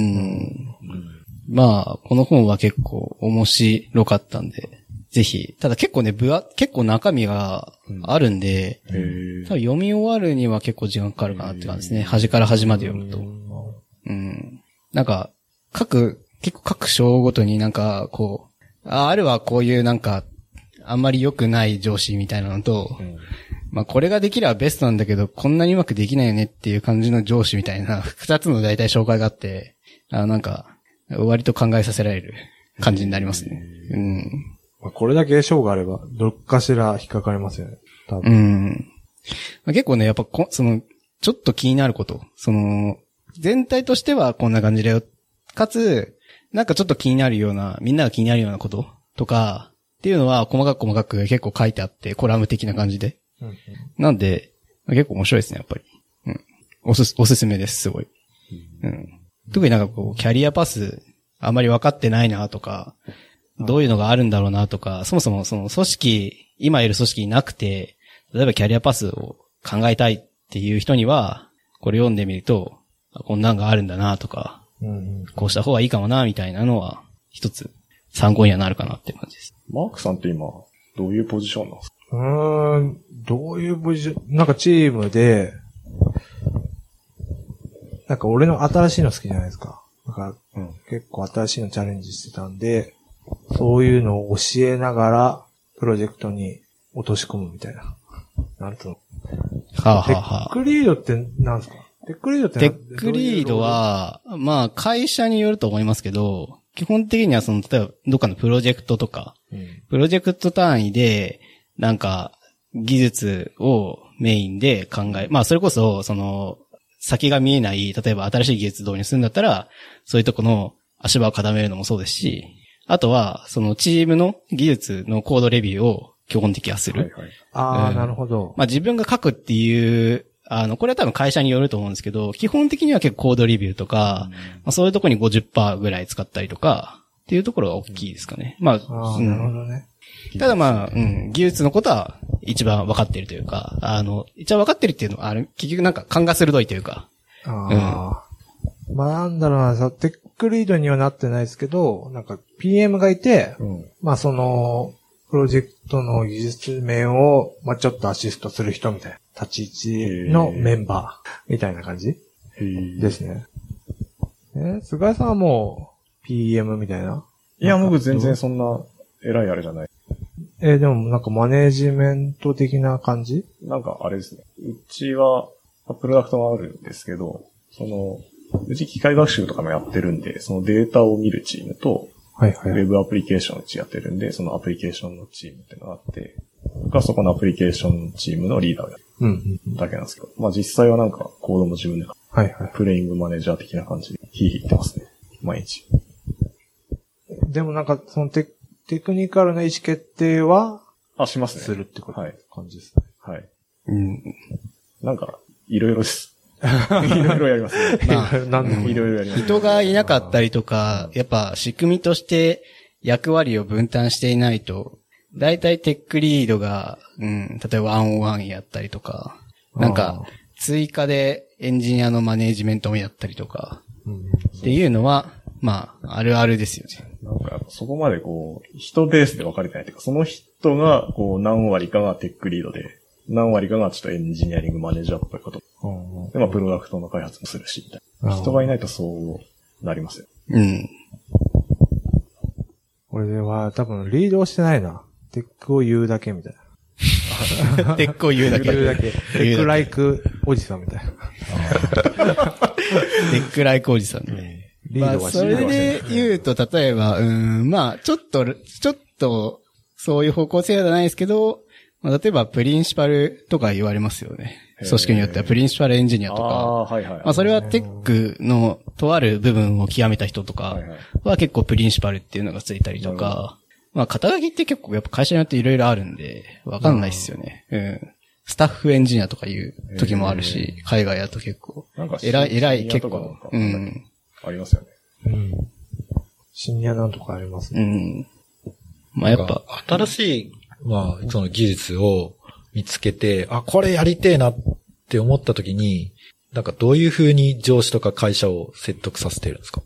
まあ、この本は結構面白かったんで、ぜひ。ただ結構ね、結構中身があるんで、多分読み終わるには結構時間かかるかなって感じですね。端から端まで読むと。なんか、結構各章ごとになんか、こう、あるはこういうなんか、あんまり良くない上司みたいなのと、まあこれができればベストなんだけど、こんなにうまくできないよねっていう感じの上司みたいな、二つの大体紹介があって、なんか、割と考えさせられる感じになりますね。 これだけ賞があれば、どっかしら引っかかりますよね。多分。 結構ね、やっぱちょっと気になること。全体としてはこんな感じだよ。かつ、なんかちょっと気になるような、みんなが気になるようなこととか、っていうのは細かく結構書いてあって、コラム的な感じで。なんで、結構面白いですね、やっぱり。おすすめです、すごい。特になんかこう、キャリアパス、あまり分かってないなとか、どういうのがあるんだろうなとか、そもそもその今いる組織になくて、例えばキャリアパスを考えたいっていう人には、これ読んでみると、こんなんがあるんだなとか、こうした方がいいかもなみたいなのは、一つ参考にはなるかなって感じです。 マークさんって今、どういうポジションなんですか？ どういうポジション、なんかチームで、なんか俺の新しいの好きじゃないですか。だから、結構新しいのチャレンジしてたんで、そういうのを教えながら、プロジェクトに落とし込むみたいな。なんと。テックリードって何ですか？テックリードは、まあ、会社によると思いますけど、基本的には例えば、どっかのプロジェクトとか、プロジェクト単位で、なんか、技術をメインでまあ、それこそ、先が見えない、例えば新しい技術導入するんだったら、そういうとこの足場を固めるのもそうですし、あとは、チームの技術のコードレビューを基本的にはする。 なるほど。 まあ、自分が書くっていう、これは多分会社によると思うんですけど、基本的には結構コードレビューとか、まあ、そういうところに 50% ぐらい使ったりとか、っていうところが大きいですかね。まあ、 なるほどね。 ただまあ、技術のことは一番分かっているというか、一番分かってるっていうのは、結局なんか勘が鋭いというか。 まあなんだろうな、テックリードにはなってないですけど、なんか PM がいて、まあプロジェクトの技術面を、まあちょっとアシストする人みたいな立ち位置のメンバーみたいな感じですね。菅井さんはもう PM みたいな？ いや、僕全然そんな偉いあれじゃない。 でもなんかマネージメント的な感じ？ なんかあれですね。うちは、プロダクトがあるんですけど、うち機械学習とかもやってるんで、そのデータを見るチームと、ウェブアプリケーションをうちやってるんで、そのアプリケーションのチームっていうのがあって、僕はそこのアプリケーションチームのリーダーをやるだけなんですけど、まあ実際はなんかコードも自分で、プレイングマネージャー的な感じでヒーヒー言ってますね。毎日。 でもなんかテクニカルな意思決定はしますね。 するってこと感じですね。 はい。なんか、いろいろです。いろいろやりますね。 まあ、 いろいろやります。 人がいなかったりとか、やっぱ仕組みとして役割を分担していないと、だいたいテックリードが、例えば101やったりとか、なんか、追加でエンジニアのマネージメントもやったりとか、っていうのは、まあ、あるあるですよね。 なんか、そこまで人ベースで分かれてないというか、その人が、何割かがテックリードで、何割かがちょっとエンジニアリングマネージャーっぽいこと。で、まあ、プロダクトの開発もするし、みたいな。人がいないとそうなりますよ。 これは多分リードをしてないな。テックを言うだけみたいな。テックを言うだけ。 テックライクおじさんみたいな。 テックライクおじさんね。まあ、それで言うと、例えば、まあ、ちょっと、そういう方向性ではないですけど、 まあ、例えばプリンシパルとか言われますよね。組織によってはプリンシパルエンジニアとか。 はいはい。 まあそれはテックのとある部分を極めた人とかは結構プリンシパルっていうのがついたりとか、まあ肩書きって結構やっぱ会社によっていろいろあるんで、わかんないっすよね。スタッフエンジニアとかいう時もあるし、海外だと結構。偉い結構。 ありますよね。 シニアなんとかありますね。 まあやっぱ。 新しい、まあその技術を見つけて、あ、これやりてえなって思った時に、なんかどういう風に上司とか会社を説得させてるんですか？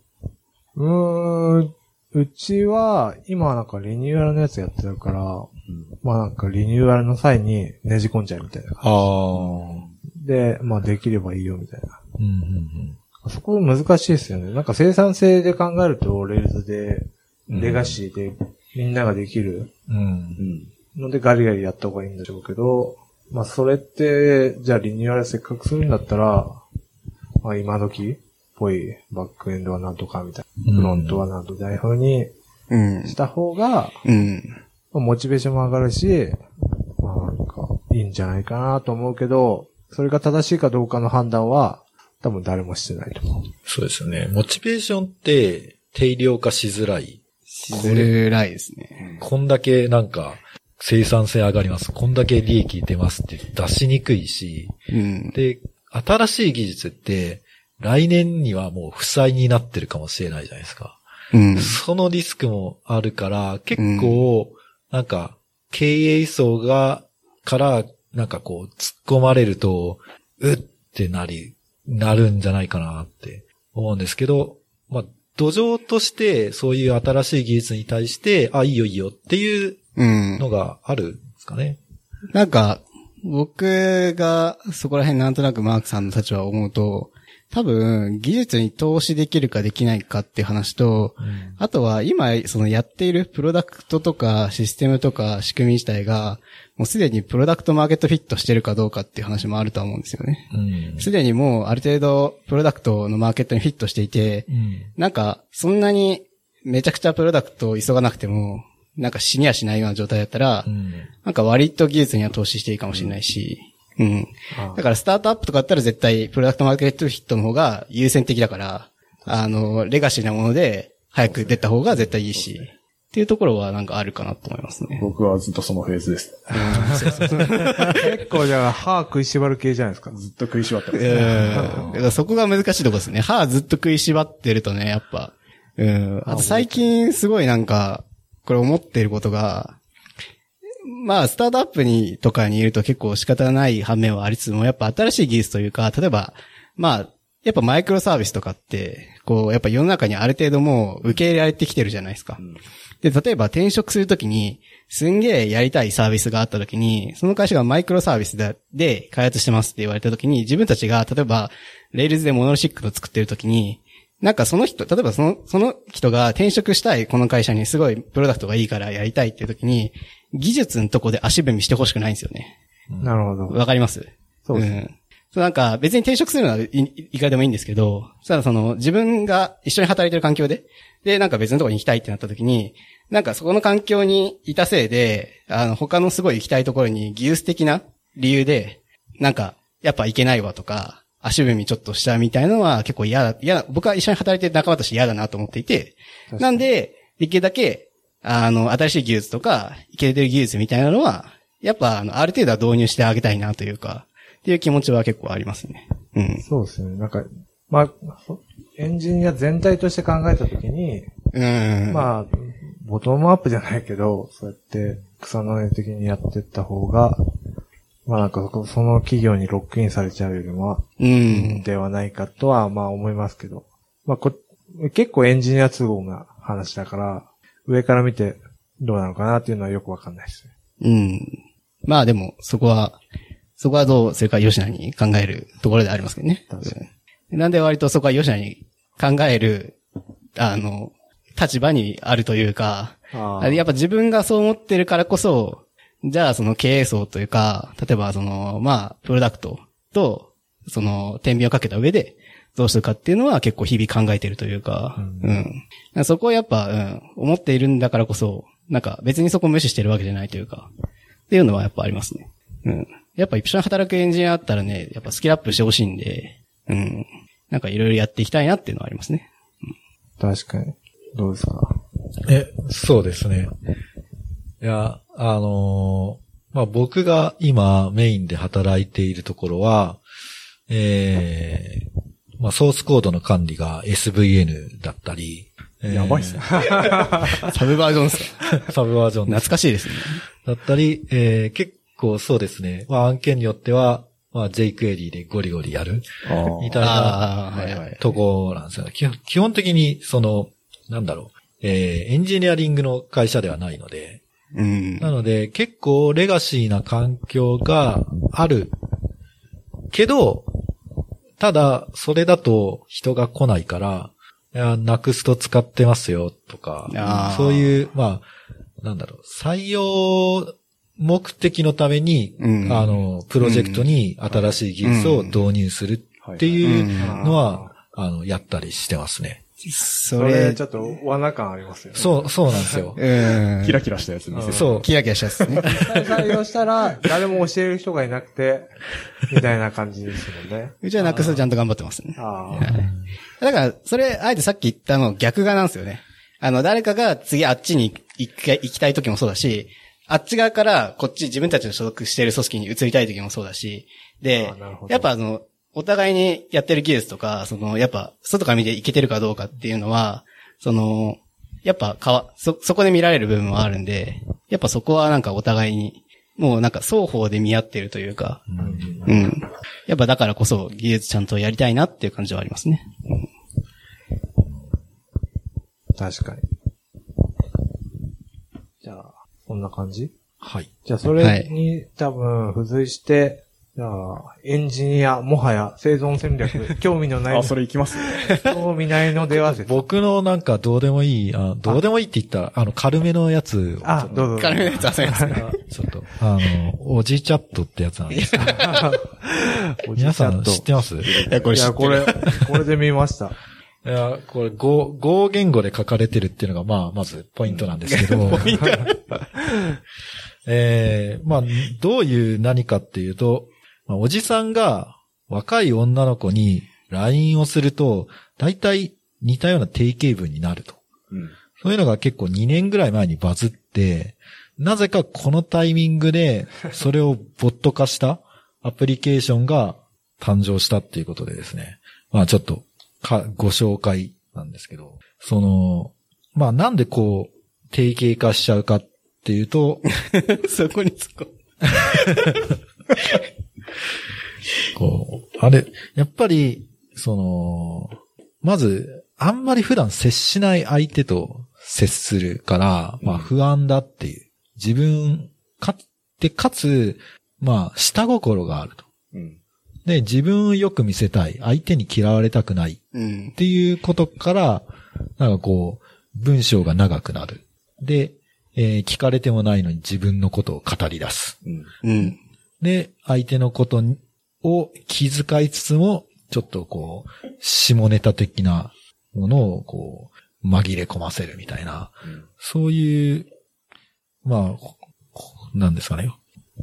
うちは、今はなんかリニューアルのやつやってるから、まあなんかリニューアルの際にねじ込んじゃうみたいな。で、まあできればいいよみたいな。そこ難しいですよね。なんか生産性で考えると、レールズで、レガシーでみんなができる。のでガリガリやった方がいいんでしょうけど、まあそれって、じゃあリニューアルせっかくするんだったら、まあ今時っぽいバックエンドはなんとかみたいな、フロントはなんとかいう風にした方が、モチベーションも上がるし、まあなんかいいんじゃないかなと思うけど、それが正しいかどうかの判断は多分誰もしてないと思う。 そうですよね。モチベーションって定量化しづらい。 しづらいですね。 こんだけなんか、生産性上がります。こんだけ利益出ますって出しにくいし、で、新しい技術って来年にはもう負債になってるかもしれないじゃないですか。そのリスクもあるから、結構、なんか、経営層から、なんかこう、突っ込まれると、うってなるんじゃないかなって思うんですけど、まあ、土壌としてそういう新しい技術に対して、あ、いいよいいよっていうのがあるんですかね。 なんか、僕がそこら辺なんとなくマークさんの立場を思うと、多分技術に投資できるかできないかっていう話と、あとは今そのやっているプロダクトとかシステムとか仕組み自体がもうすでにプロダクトマーケットフィットしてるかどうかっていう話もあると思うんですよね。すでにもうある程度プロダクトのマーケットにフィットしていて、なんかそんなにめちゃくちゃプロダクトを急がなくてもなんか死にはしないような状態だったら、なんか割と技術には投資していいかもしれないし、だからスタートアップとかだったら絶対プロダクトマーケットフィットの方が優先的だから、レガシーなもので早く出た方が絶対いいし、っていうところはなんかあるかなと思いますね。 僕はずっとそのフェーズです。 結構じゃあ歯食いしばる系じゃないですか。 ずっと食いしばってます、 だからそこが難しいところですね。歯ずっと食いしばってるとね、やっぱ。あと最近すごいなんか、これ思っていることが、まあ、スタートアップとかにいると結構仕方ない反面はありつつも、やっぱ新しい技術というか、例えば、まあ、やっぱマイクロサービスとかって、こう、やっぱ世の中にある程度もう受け入れられてきてるじゃないですか。で、例えば転職するときに、すんげえやりたいサービスがあったときに、その会社がマイクロサービスで開発してますって言われたときに、自分たちが、例えば、レールズでモノリシックの作ってるときに、なんかその人、例えばその人が転職したいこの会社にすごいプロダクトがいいからやりたいっていうときに、技術のとこで足踏みしてほしくないんですよね。 なるほど。 わかります？ そうですね。 なんか別に転職するのはいかでもいいんですけど、ただ自分が一緒に働いてる環境で、なんか別のところに行きたいってなった時に、なんかそこの環境にいたせいで、他のすごい行きたいところに技術的な理由で、なんかやっぱ行けないわとか、足踏みちょっとしたみたいなのは結構嫌だ、僕は一緒に働いてる仲間として嫌だなと思っていて、なんで、できるだけ、新しい技術とか、いけてる技術みたいなのは、やっぱ、ある程度は導入してあげたいなというか、っていう気持ちは結構ありますね。 そうですね。なんか、まあ、エンジニア全体として考えたときに、まあ、ボトムアップじゃないけど、そうやって草の根的にやっていった方が、まあなんかその企業にロックインされちゃうよりも、ではないかとはまあ思いますけど、まあ結構エンジニア都合な話だから、上から見てどうなのかなっていうのはよくわかんないですね。 まあでも、そこはどう、それから吉野に考えるところでありますけどね。なんで割とそこは吉野に考える、立場にあるというか、やっぱ自分がそう思ってるからこそ、じゃあその経営層というか、例えばまあ、プロダクトと、天秤をかけた上で、どうするかっていうのは結構日々考えてるというか、そこをやっぱ、思っているんだからこそ、なんか別にそこを無視してるわけじゃないというか、っっていうのはやっぱありますね。うん。やっぱ一緒に働くエンジニアだったらね、やっぱスキルアップしてほしいんで、うん。なんかいろいろやっていきたいなっていうのはありますね。 うん、確かに。どうですか？ そうですね。いや、僕が今メインで働いているところは、ソースコードの管理が SVN だったり、 やばいっすね。 サブバージョンですか？ サブバージョン。 懐かしいですね。 だったり、結構そうですね。案件によっては、jQuery でゴリゴリやるみたいなとこなんですよね。基本的に、エンジニアリングの会社ではないので、なので結構レガシーな環境があるけど、ただそれだと人が来ないから、Next 使ってますよとか、そういう、採用目的のために、プロジェクトに新しい技術を導入するっていうのは、やったりしてますね。 それ、ちょっと罠感ありますよね。 そうなんですよ。 キラキラしたやつ見せる。 そう。 キラキラしたやつね。 採用したら、誰も教える人がいなくて、みたいな感じですもんね。 うちはNextちゃんと頑張ってますね。だから、それ、あえてさっき言ったの逆側なんですよね。誰かが次あっちに行きたい時もそうだし、あっち側からこっち自分たちの所属している組織に移りたい時もそうだし、で、やっぱお互いにやってる技術とか、やっぱ、外から見ていけてるかどうかっていうのは、やっぱそこで見られる部分はあるんで、やっぱそこはなんかお互いに、もうなんか双方で見合ってるというか、やっぱだからこそ技術ちゃんとやりたいなっていう感じはありますね。 確かに。じゃあ、こんな感じ？ はい。 じゃあ、それに多分付随して、じゃあ、エンジニア、もはや生存戦略、興味のない。 それいきますね。 興味ないのではです。 僕のなんかどうでもいい、どうでもいいって言ったら、軽めのやつ。 どうぞ。 軽めのやつはそうですね。 ちょっと、おじチャットってやつなんですけど。皆さん知ってます？ いや、これ知ってる。 これで見ました。 いや、これ、5言語で書かれてるっていうのが、まずポイントなんですけど。ポイントどういう何かっていうと、おじさんが若い女の子に LINE をすると、大体似たような定型文になると。そういうのが結構2年ぐらい前にバズって、なぜかこのタイミングで、それをボット化したアプリケーションが誕生したっていうことでですね。ちょっと、ご紹介なんですけど、なんで定型化しちゃうかっていうと、 そこに突っ込む。 やっぱり、まず、あんまり普段接しない相手と接するから、不安だっていう。自分、かつ、下心があると。で、自分をよく見せたい。相手に嫌われたくない。っていうことから、文章が長くなる。で、聞かれてもないのに自分のことを語り出す。で、相手のことを気遣いつつも、ちょっと下ネタ的なものを紛れ込ませるみたいな、そういう、なんですかね。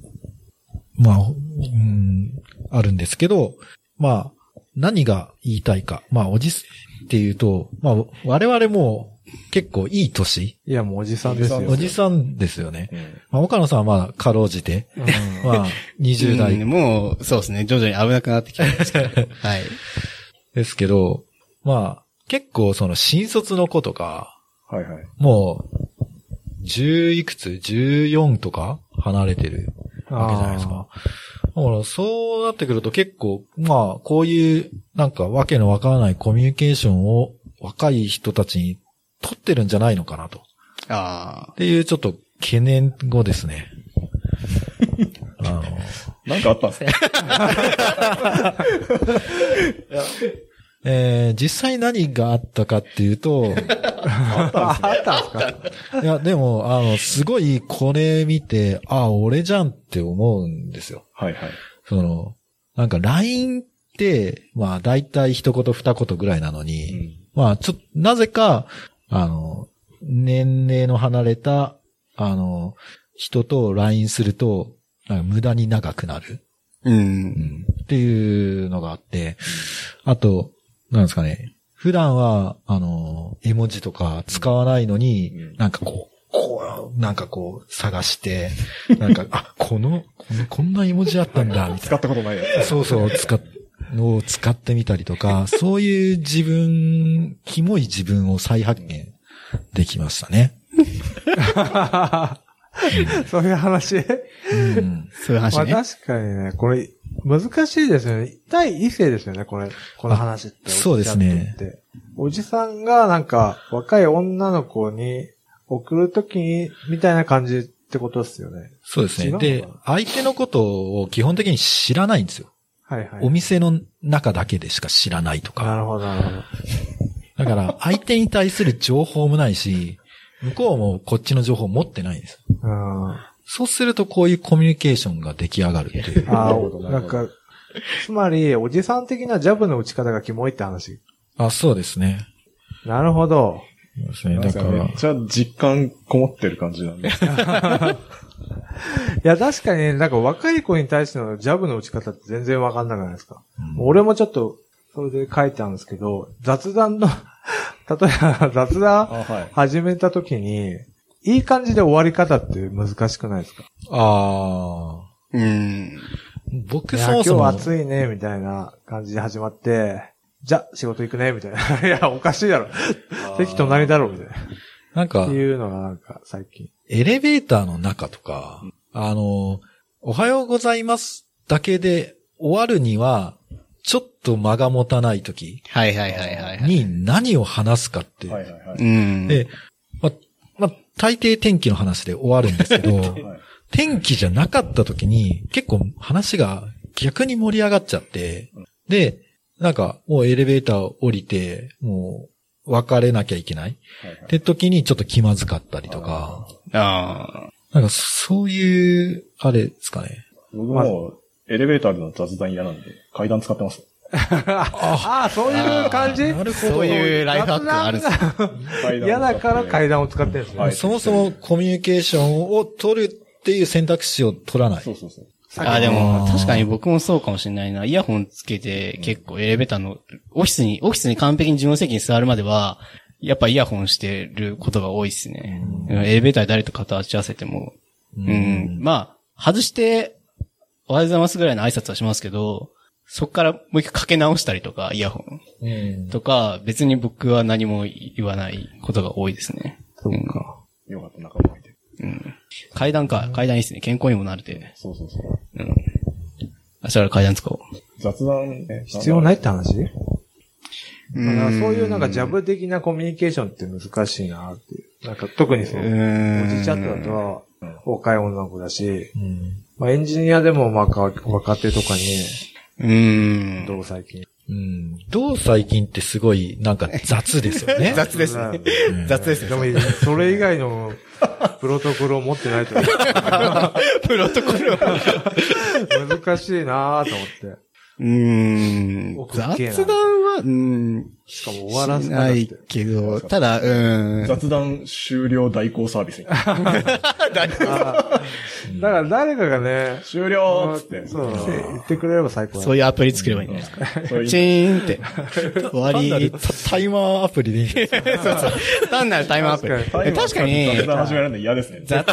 あるんですけど、何が言いたいか。おじっていうと、我々も結構いい年。 いや、もうおじさんですよ。 おじさんですよね。岡野さんはかろうじて、20代。 もう、そうですね。徐々に危なくなってきてますから。はい。 ですけど、結構新卒の子とか、もう、10いくつ ?14 とか離れてるわけじゃないですか。だからそうなってくると結構、こういうわけのわからないコミュニケーションを若い人たちに取ってるんじゃないのかなと。っていうちょっと懸念語ですね。 なんかあったんですか実際何があったかっていうと、 あったんですか？ いや、でも、すごいこれ見て、俺じゃんって思うんですよ。LINE って、だいたい一言二言ぐらいなのに、なぜか、年齢の離れた、 人と LINE すると、なんか無駄に長くなる。っていうのがあって、あと、なんですかね。普段は、絵文字とか使わないのに、なんかなんか探して、なんか、こんな絵文字あったんだ、みたいな。 使ったことないやつ。 そう、使ってみたりとか、そういうキモい自分を再発見できましたね。 そういう話、 そういう話ね。 確かにね、これ、難しいですよね。対異性ですよね、この話って。 そうですね。 おじさんがなんか、若い女の子に送るときに、みたいな感じってことですよね。 そうですね。で、相手のことを基本的に知らないんですよ。 はいはい。 お店の中だけでしか知らないとか。 なるほど、なるほど。 だから、相手に対する情報もないし、向こうもこっちの情報を持ってないんです。そうするとこういうコミュニケーションが出来上がるっていう。 なんか、つまり、おじさん的なジャブの打ち方がキモいって話。 そうですね。 なるほど。 そうですね。だから。 めっちゃ実感こもってる感じなんで。 いや、確かになんか若い子に対してのジャブの打ち方って全然わかんなくないですか。俺もちょっと、それで書いてあるんですけど、雑談の、例えば雑談始めた時に、いい感じで終わり方って難しくないですか？ 僕そもそも。 今日暑いね、みたいな感じで始まって、じゃ、仕事行くね、みたいな。いや、おかしいだろ。席隣だろ、みたいな。 なんか、 っていうのがなんか最近。 エレベーターの中とか、おはようございますだけで終わるには、ちょっと間が持たないときに何を話すかっていう。で、大抵天気の話で終わるんですけど、天気じゃなかったときに結構話が逆に盛り上がっちゃって、で、なんかもうエレベーター降りて、もう別れなきゃいけないって時にちょっと気まずかったりとか、なんかそういう、あれですかね。 僕もエレベーターでの雑談嫌なんで階段使ってます。 そういう感じ？ なるほど。そういうライフハックがあるんですか。嫌だから階段を使ってるんですね。 そもそもコミュニケーションを取るっていう選択肢を取らない。 そう。 でも、確かに僕もそうかもしれないな。イヤホンつけて、結構エレベーターの、オフィスに完璧に自分の席に座るまでは、やっぱイヤホンしてることが多いですね。エレベーターで誰と肩合わせても。外して、おはようございますぐらいの挨拶はしますけど、そっからもう一回かけ直したりとか、イヤホン。とか、別に僕は何も言わないことが多いですね。 そうか。 よかった、仲間がいて。 階段いいですね。健康にもなるで。 そう。 明日から階段使おう。 雑談、 必要ないって話？だからそういうなんかジャブ的なコミュニケーションって難しいなっていう。なんか特にそう、おじチャットだと若い女の子だし、エンジニアでも若手とかに、どう最近。 どう最近ってすごいなんか雑ですよね。 雑ですね。雑ですね。 でもそれ以外のプロトコルを持ってないと。 プロトコル難しいなぁと思って。 雑談は、 しかも終わらせないけど、ただ、 雑談終了代行サービス。 だから誰かがね、 終了っつって。 そう、言ってくれれば最高だ。 そういうアプリ作ればいいんじゃないですか。チーンって。終わり。 タイマーアプリでいいんですか？ そう。単なるタイマーアプリ。確かに。 雑談始めるの嫌ですね。 雑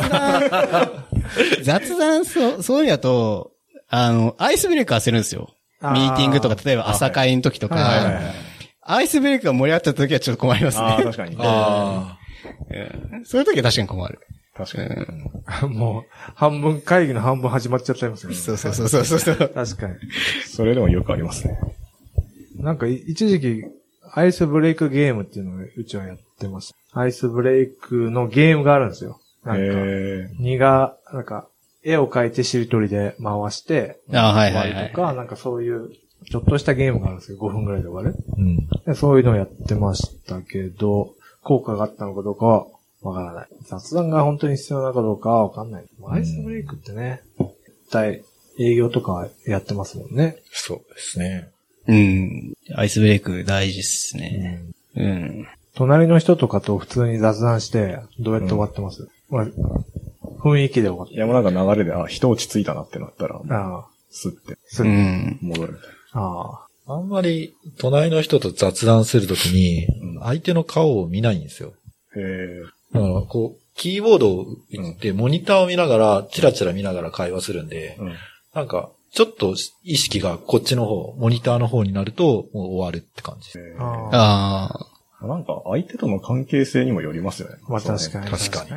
談、そういう意味だと、アイスブレイクはするんですよ。ミーティングとか、例えば朝会の時とか、アイスブレイクが盛り上がった時はちょっと困りますね。 確かに。 そういう時は確かに困る。 確かに。 もう、半分会議の半分始まっちゃってますよね。 そう。 確かに。 それでもよくありますね。 なんか一時期、アイスブレイクゲームっていうのをうちはやってます。アイスブレイクのゲームがあるんですよ。なんか、絵を描いてしりとりで回して、とか、なんかそういう、ちょっとしたゲームがあるんですよ。5分ぐらいで終わる。でそういうのをやってましたけど、効果があったのかどうかはわからない。雑談が本当に必要なのかどうかはわかんない。アイスブレイクってね、絶対営業とかやってますもんね。 そうですね。 アイスブレイク大事ですね。隣の人とかと普通に雑談して、どうやって終わってます？雰雰囲気で終わった。 いや、もうなんか流れで、人落ち着いたなってなったら、スッて、戻るみたいな。 あんまり、隣の人と雑談するときに、相手の顔を見ないんですよ。だから、キーボードを打って、モニターを見ながら、チラチラ見ながら会話するんで、なんか、ちょっと意識がこっちの方、モニターの方になると、もう終わるって感じです。 なんか、相手との関係性にもよりますよね。 まあ確かに。 確かに。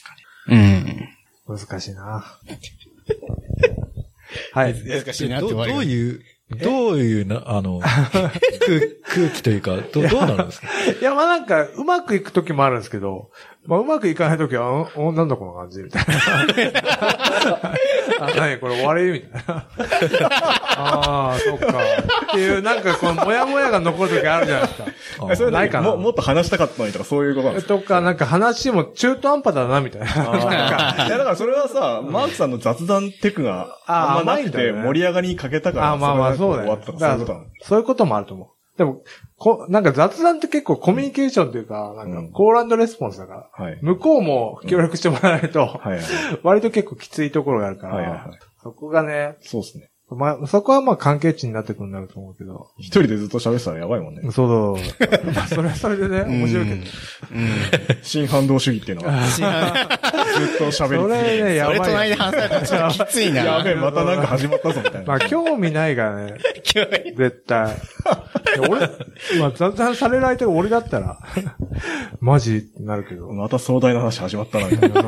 難しいな。はい。 難しいなって言われる。 どういう空気というか、どうなるんですか？ いや、まあなんか、うまくいくときもあるんですけど、まあうまくいかないときは、なんだこの感じみたいな。何これ終わりみたいな。そっか。っていう、なんかこのモヤモヤが残るときあるじゃないですか。 それないかな。もっと話したかったのにとかそういうことなんですか？ とか、なんか話も中途半端だな、みたいな。 いや、だからそれはさ、マークさんの雑談テクがあんまなくて盛り上がりにかけたから、 まあそうだよ。そういうこともあると思う。でも、なんか雑談って結構コミュニケーションというか、なんかコール&レスポンスだから、向こうも協力してもらわないと、割と結構きついところがあるから、そこがね、 そうですね。 まあ、そこはまあ関係値になってくるんだろうと思うけど。 一人でずっと喋ってたらやばいもんね。 そうだ。まあ、それはそれでね、面白いけど。 新反動主義っていうのは。ずっと喋り続ける。 それね、やばい。 それ隣で話されたらちょっときついな。 やべえ、またなんか始まったぞ、みたいな。 まあ、興味ないがね。絶対。まあ、雑談される相手が俺だったら、マジってなるけど。 また壮大な話始まったな、みたいな。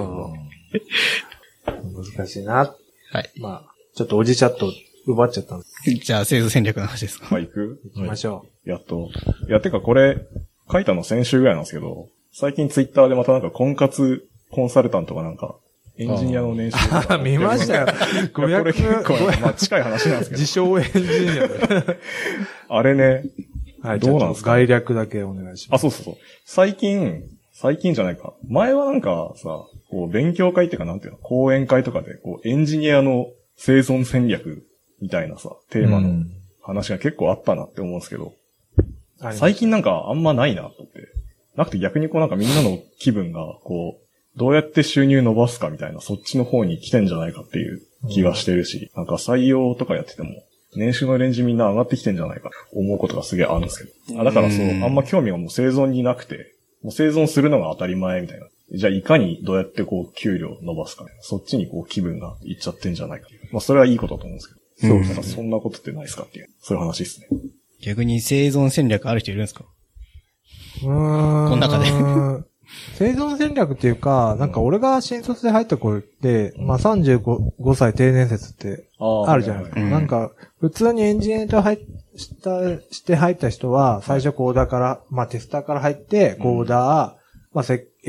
難しいな。 はい。 まあ、ちょっとおじチャット奪っちゃったんで。 じゃあ、製造戦略の話ですか。 まあ、行きましょう。やっと。いや、てかこれ、書いたの先週ぐらいなんですけど、最近ツイッターでまたなんか婚活コンサルタントがなんか、エンジニアの年収見ましたよ。 これ結構、まあ近い話なんですけど。 自称エンジニア。あれね。 はい、どうなんですか？概略だけお願いします。 そう。最近じゃないか。前はなんかさ、勉強会っていうかなんていうの、講演会とかで、エンジニアの生存戦略みたいなさ、テーマの話が結構あったなって思うんですけど、最近なんかあんまないなと思って。なくて逆になんかみんなの気分が、どうやって収入伸ばすかみたいな、そっちの方に来てんじゃないかっていう気がしてるし、なんか採用とかやってても、年収のレンジみんな上がってきてんじゃないかと思うことがすげえあるんですけど。だからあんま興味がもう生存になくて、もう生存するのが当たり前みたいな。じゃあいかにどうやって給料伸ばすか、ね、そっちに気分がいっちゃってんじゃないか。まあそれはいいことだと思うんですけど。そう。そんなことってないですかっていう、そういう話ですね。 逆に生存戦略ある人いるんですか？この中で。 生存戦略っていうか、なんか俺が新卒で入った頃って、まあ35歳定年説ってあるじゃないですか。なんか、普通にエンジニアとして入った人は、最初コーダーから、まあテスターから入って、コーダー、まあ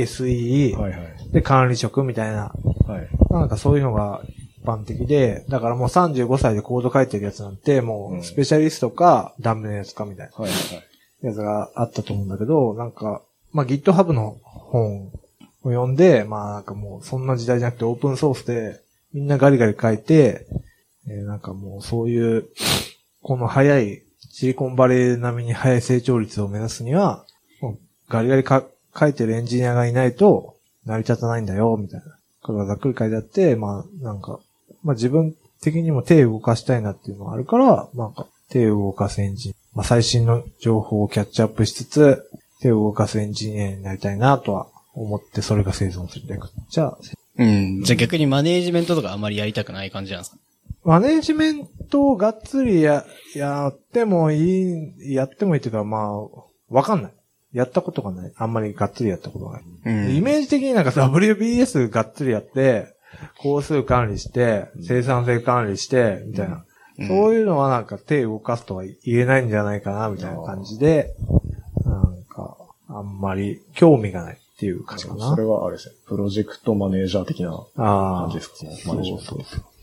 SE、で管理職みたいな、なんかそういうのが一般的で、だからもう35歳でコード書いてるやつなんて、もうスペシャリストかダメなやつかみたいなやつがあったと思うんだけど、なんか、まあ GitHub の本を読んで、まあなんかもうそんな時代じゃなくてオープンソースでみんなガリガリ書いて、なんかもうそういう、この早い、シリコンバレー並みに早い成長率を目指すには、もうガリガリ書いてるエンジニアがいないと成り立たないんだよ、みたいなことがざっくり書いてあって、まあなんか、まあ自分的にも手を動かしたいなっていうのがあるから、なんか手を動かすエンジニア、まあ最新の情報をキャッチアップしつつ、手を動かすエンジニアになりたいなとは思って、それが生存戦略。じゃあ逆にマネージメントとかあんまりやりたくない感じなんですか？ マネージメントをがっつりやってもいいっていうか、まあ、わかんない。やったことがない。あんまりがっつりやったことがない。イメージ的になんか WBS がっつりやって、工数管理して、生産性管理して、みたいな。そういうのはなんか手を動かすとは言えないんじゃないかな、みたいな感じで、なんか、あんまり興味がないっていう感じかな。 それはあれですね。プロジェクトマネージャー的な感じですか？マネージメント。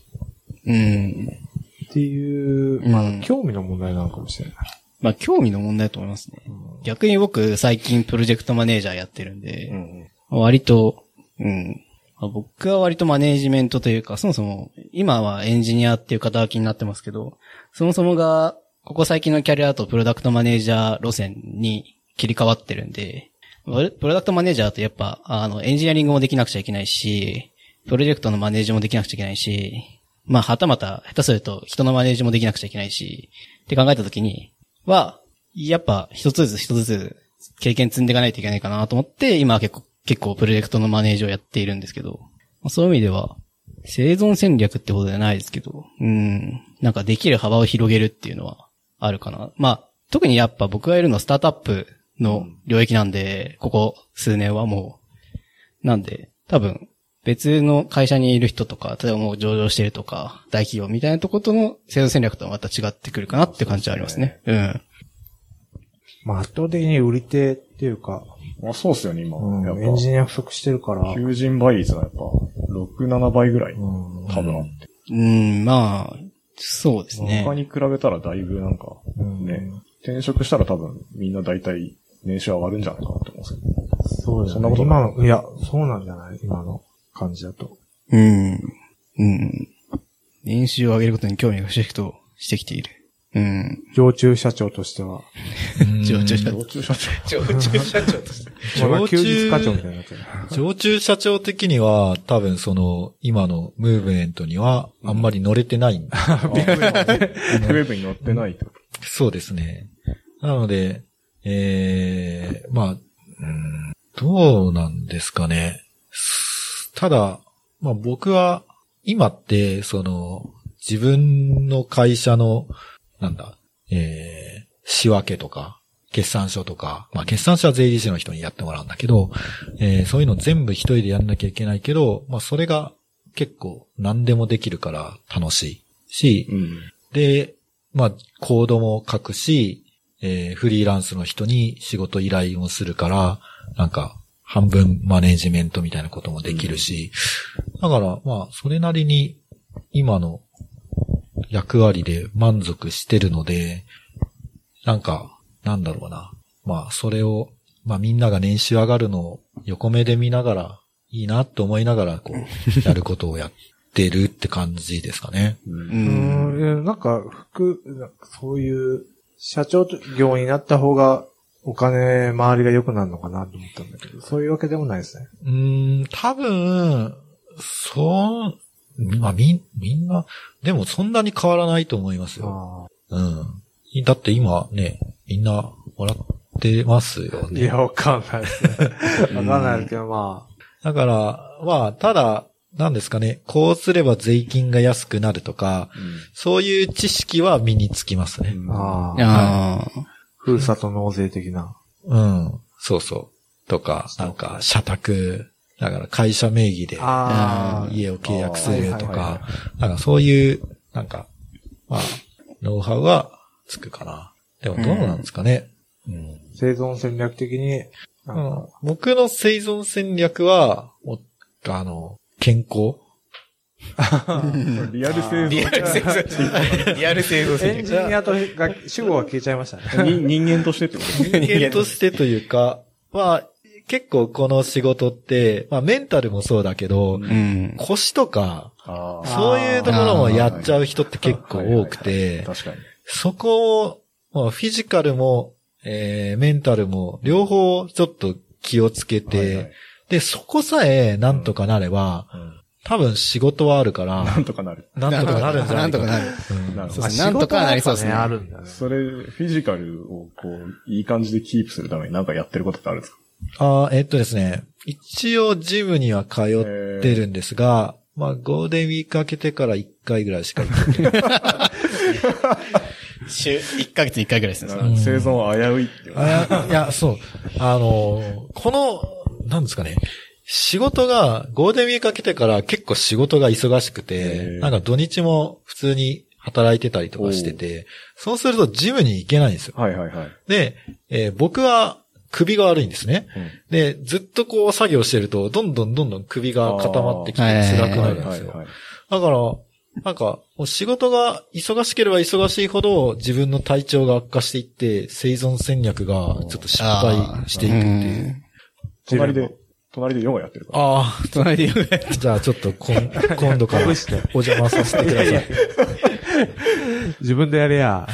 っていう、まあ、興味の問題なのかもしれない。 まあ、興味の問題だと思いますね。逆に僕、最近プロジェクトマネージャーやってるんで、割と、僕は割とマネージメントというか、そもそも、今はエンジニアっていう肩書きになってますけど、そもそもが、ここ最近のキャリアだとプロダクトマネージャー路線に切り替わってるんで、プロダクトマネージャーってやっぱ、エンジニアリングもできなくちゃいけないし、 プロジェクトのマネージもできなくちゃいけないし、まあ、はたまた、下手すると人のマネージもできなくちゃいけないし、って考えたときには、やっぱ一つずつ経験積んでいかないといけないかなと思って、今は結構プロジェクトのマネージをやっているんですけど、そういう意味では、生存戦略ってことじゃないですけど、なんかできる幅を広げるっていうのはあるかな。まあ、特にやっぱ僕がいるのはスタートアップの領域なんで、ここ数年はもう、なんで、多分、別の会社にいる人とか、例えばもう上場してるとか、大企業みたいなとことの生存戦略とはまた違ってくるかなっていう感じはありますね。 まあ圧倒的に売り手っていうか。 まあそうっすよね、今。 やっぱエンジニア不足してるから。 求人倍率がやっぱ、6、7倍ぐらい、多分あって。 まあ、そうですね。 他に比べたらだいぶなんか、ね、転職したら多分みんな大体年収上がるんじゃないかなと思うんですけど。 そうですね。 そんなことない。 いや、そうなんじゃない今の感じだと。 年収を上げることに興味がシフトしてきている。 常駐社長としては。 常駐社長として。 休日課長みたいになってる。 常駐社長的には、多分今のムーブメントには、あんまり乗れてないんだ。 ウェブに乗ってないと。 そうですね。なので、まあ、どうなんですかね。ただ、まあ僕は、今って、自分の会社の、仕分けとか、決算書とか、まあ決算書は税理士の人にやってもらうんだけど、そういうの全部一人でやんなきゃいけないけど、まあそれが結構何でもできるから楽しいし、で、まあコードも書くし、フリーランスの人に仕事依頼もするから、なんか半分マネージメントみたいなこともできるし、だからまあそれなりに今の役割で満足してるので、なんだろうな。まあ、それを、まあみんなが年収上がるのを横目で見ながら、いいなって思いながら、やることをやってるって感じですかね。 なんか、そういう、社長業になった方が、お金回りが良くなるのかなと思ったんだけど、そういうわけでもないですね。 多分、まあみんな、でもそんなに変わらないと思いますよ。だって今ね、みんなもらってますよね。 いや、わかんないですね。わかんないですけど、まあ。 だから、まあ、ただ、なんですかね、こうすれば税金が安くなるとか、そういう知識は身につきますね。 ふるさと納税的な。 そうそう。とか、なんか、社宅、だから会社名義で家を契約するとか、なんかそういう、なんか、まあ、ノウハウはつくかな。でもどうなんですかね。 生存戦略的に、 僕の生存戦略は、健康リアル生存。 リアル生存戦略。 エンジニアと主語が消えちゃいましたね。 人間としてってこと人間としてというか、まあ、結構この仕事って、まあメンタルもそうだけど、腰とか、そういうところもやっちゃう人って結構多くて、そこを、まあ、フィジカルも、メンタルも両方ちょっと気をつけて、で、そこさえなんとかなれば、多分仕事はあるから、 なんとかなる。 なんとかなるんじゃないかな。 なんとかなりそうですね。 あるんだね。 それ、フィジカルをいい感じでキープするためになんかやってることってあるんですか？ ですね。一応ジムには通ってるんですが、まあゴールデンウィーク明けてから1回ぐらいしか行ってない。 週1ヶ月に1回ぐらいですね。 生存は危ういっていう。 いや、そう。なんですかね。仕事が、ゴールデンウィーク明けてから結構仕事が忙しくて、なんか土日も普通に働いてたりとかしてて、そうするとジムに行けないんですよ。で、僕は首が悪いんですね。で、ずっとこう作業してると、どんどん首が固まってきて辛くなるんですよ。だから、なんか、仕事が忙しければ忙しいほど自分の体調が悪化していって、生存戦略がちょっと失敗していくっていう。 隣でヨガやってるから。 隣でヨガやってる。 じゃあちょっと今度からお邪魔させてください。 自分でやれや。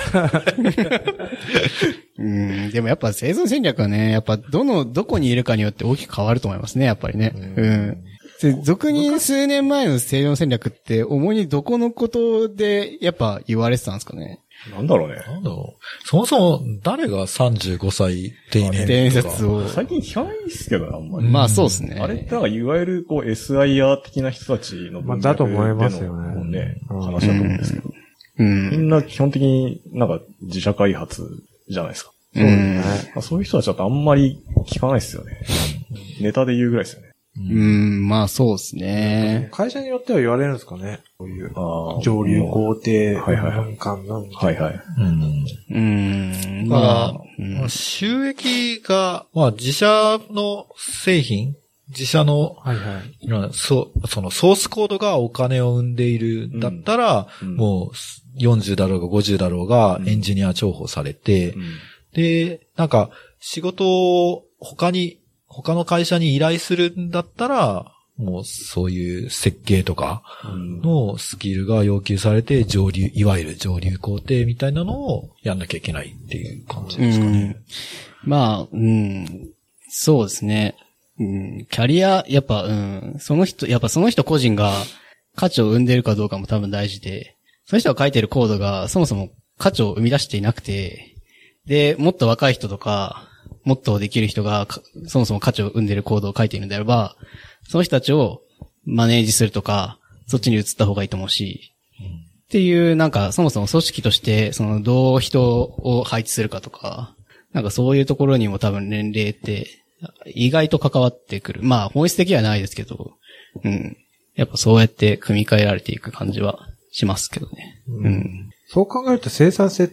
でもやっぱ生存戦略はね、やっぱどこにいるかによって大きく変わると思いますね、やっぱりね。 で、俗に数年前の生存戦略って、主にどこのことで、やっぱ言われてたんですかね。 なんだろうね。 なんだろう。そもそも、誰が35歳定年説を。 最近聞かないですけどね、あんまり。 まあそうですね。 あれってなんか、いわゆるこう、SIR 的な人たちのまあ、だと思いますよね。 話だと思うんですけど。みんな基本的になんか自社開発じゃないですか。 そうね。 そういう人たちだとあんまり聞かないですよね。ネタで言うぐらいですよね。 まあそうですね。 会社によっては言われるんですかね。こういう、上流工程、文化の。 はいはい。 まあ、収益が、まあ自社の製品、自社の、そのソースコードがお金を生んでいるんだったら、もう40だろうが50だろうがエンジニア重宝されて、で、なんか仕事を他の会社に依頼するんだったら、もうそういう設計とかのスキルが要求されていわゆる上流工程みたいなのをやんなきゃいけないっていう感じですかね。 まあ、そうですね。キャリア、やっぱ、その人個人が価値を生んでるかどうかも多分大事で、その人が書いてるコードがそもそも価値を生み出していなくて、で、もっと若い人とか、もっとできる人がそもそも価値を生んでるコードを書いているのであれば、その人たちをマネージするとか、そっちに移った方がいいと思うし、っていう、なんかそもそも組織として、どう人を配置するかとか、なんかそういうところにも多分年齢って、意外と関わってくる。まあ本質的にはないですけど、やっぱそうやって組み替えられていく感じはしますけどね。 そう考えると生産性って、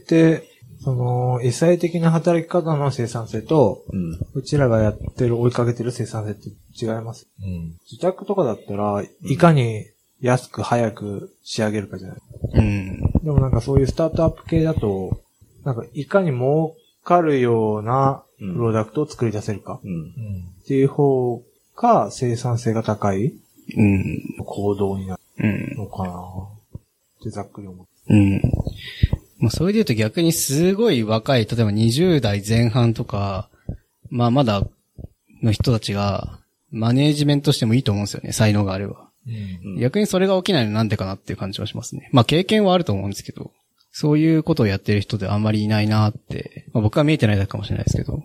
異彩的な働き方の生産性と、うちらがやってる追いかけてる生産性って違います。自宅とかだったら、いかに安く早く仕上げるかじゃない。でもなんかそういうスタートアップ系だと、なんかいかに儲かるようなプロダクトを作り出せるかっていう方が生産性が高い行動になるのかなってざっくり思って。 まあそれで言うと逆にすごい若い、例えば20代前半とか、まあまだの人たちがマネージメントしてもいいと思うんですよね、才能があれば。逆にそれが起きないのなんでかなっていう感じはしますね。まあ経験はあると思うんですけど、そういうことをやってる人であんまりいないなって、まあ僕は見えてないだけかもしれないですけど。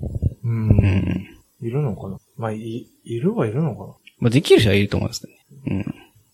いるのかな。まあいるはいるのかな。 まあできる人はいると思いますね。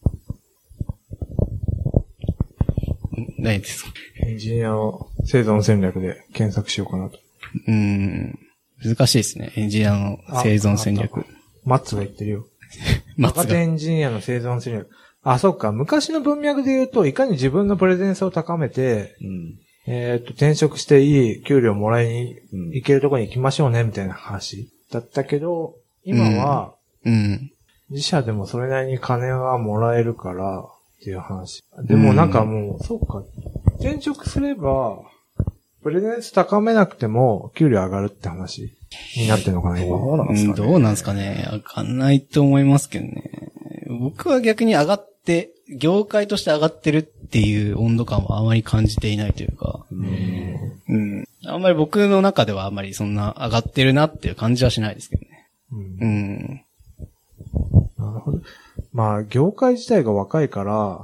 ないですか。 エンジニアの生存戦略で検索しようかなと。 難しいですね。エンジニアの生存戦略。 マッツが言ってるよ。 マッツが。 若手エンジニアの生存戦略。あ、そっか。昔の文脈で言うと、いかに自分のプレゼンスを高めて、転職していい給料もらいに行けるところに行きましょうね、みたいな話だったけど、今は、自社でもそれなりに金はもらえるから、っていう話。でもなんかもう、そうか。転職すれば、プレゼンス高めなくても、給料上がるって話になってるのかな、今。 どうなんですかね。上がんないと思いますけどね。僕は逆に上がって、業界として上がってるっていう温度感はあまり感じていないというか。あんまり僕の中ではあんまりそんな上がってるなっていう感じはしないですけどね。 なるほど。まあ、業界自体が若いから、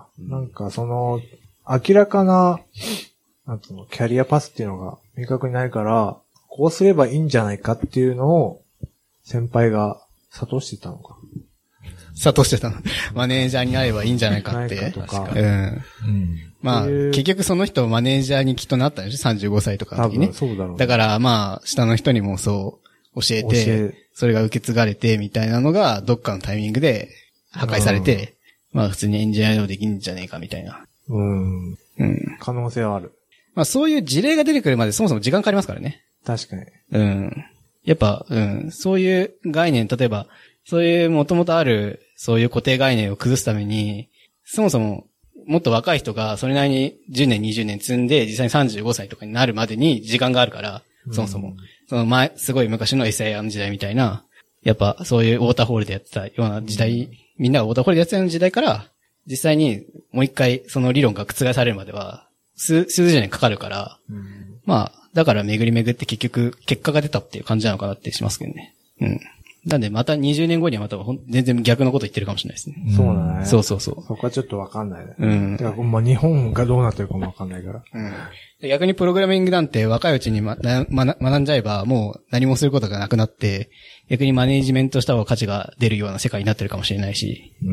なんか明らかな、キャリアパスっていうのが明確にないから、こうすればいいんじゃないかっていうのを、先輩が諭してたのか。 諭してたの。マネージャーになればいいんじゃないかって。まあ、結局その人マネージャーにきっとなったんでしょ ?35 歳とかの時にね。 そうだろうね。 だからまあ、下の人にもそう教えて、それが受け継がれてみたいなのが、どっかのタイミングで破壊されて、まあ普通にエンジニアでもできんじゃねえかみたいな。 可能性はある。 まあそういう事例が出てくるまでそもそも時間かかりますからね。 確かに。 やっぱ、そういう概念、例えば、そういう元々ある、そういう固定概念を崩すために、そもそも、もっと若い人がそれなりに10年、20年積んで、実際に35歳とかになるまでに時間があるから、そもそも。すごい昔の SIR の時代みたいな、やっぱそういうウォーターホールでやってたような時代、みんながウォーターホールでやってたような時代から、実際にもう一回その理論が覆されるまでは、数十年かかるから、まあ、だから巡り巡って結局結果が出たっていう感じなのかなってしますけどね。 なんでまた20年後にはまた全然逆のこと言ってるかもしれないですね。 そうだね。 そうそうそう。 そこはちょっとわかんないね。 うん。 てか、まあ、日本がどうなってるかもわかんないから。 うん。逆にプログラミングなんて若いうちに学んじゃえばもう何もすることがなくなって、逆にマネージメントした方が価値が出るような世界になってるかもしれないし。うん。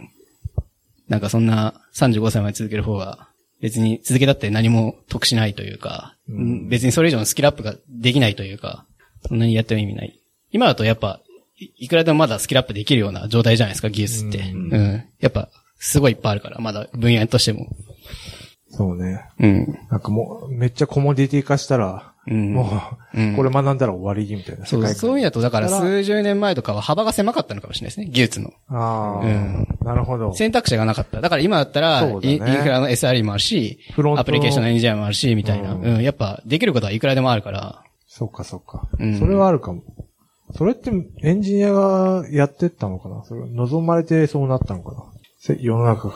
なんかそんな35歳まで続ける方が別に続けたって何も得しないというか、別にそれ以上のスキルアップができないというか、そんなにやっても意味ない。今だとやっぱ、いくらでもまだスキルアップできるような状態じゃないですか、技術って。やっぱ、すごいいっぱいあるから、まだ分野としても。 そうね。なんかもう、めっちゃコモディティ化したら、もう、これ学んだら終わりみたいな。 そういう意味だと、だから数十年前とかは幅が狭かったのかもしれないですね、技術の。 なるほど。 選択肢がなかった。だから今だったら、インフラの SRE もあるし、アプリケーションのエンジニアもあるし、みたいな。やっぱ、できることはいくらでもあるから。 そっかそっか。それはあるかも。それってエンジニアがやってったのかな？それ望まれてそうなったのかな？世の中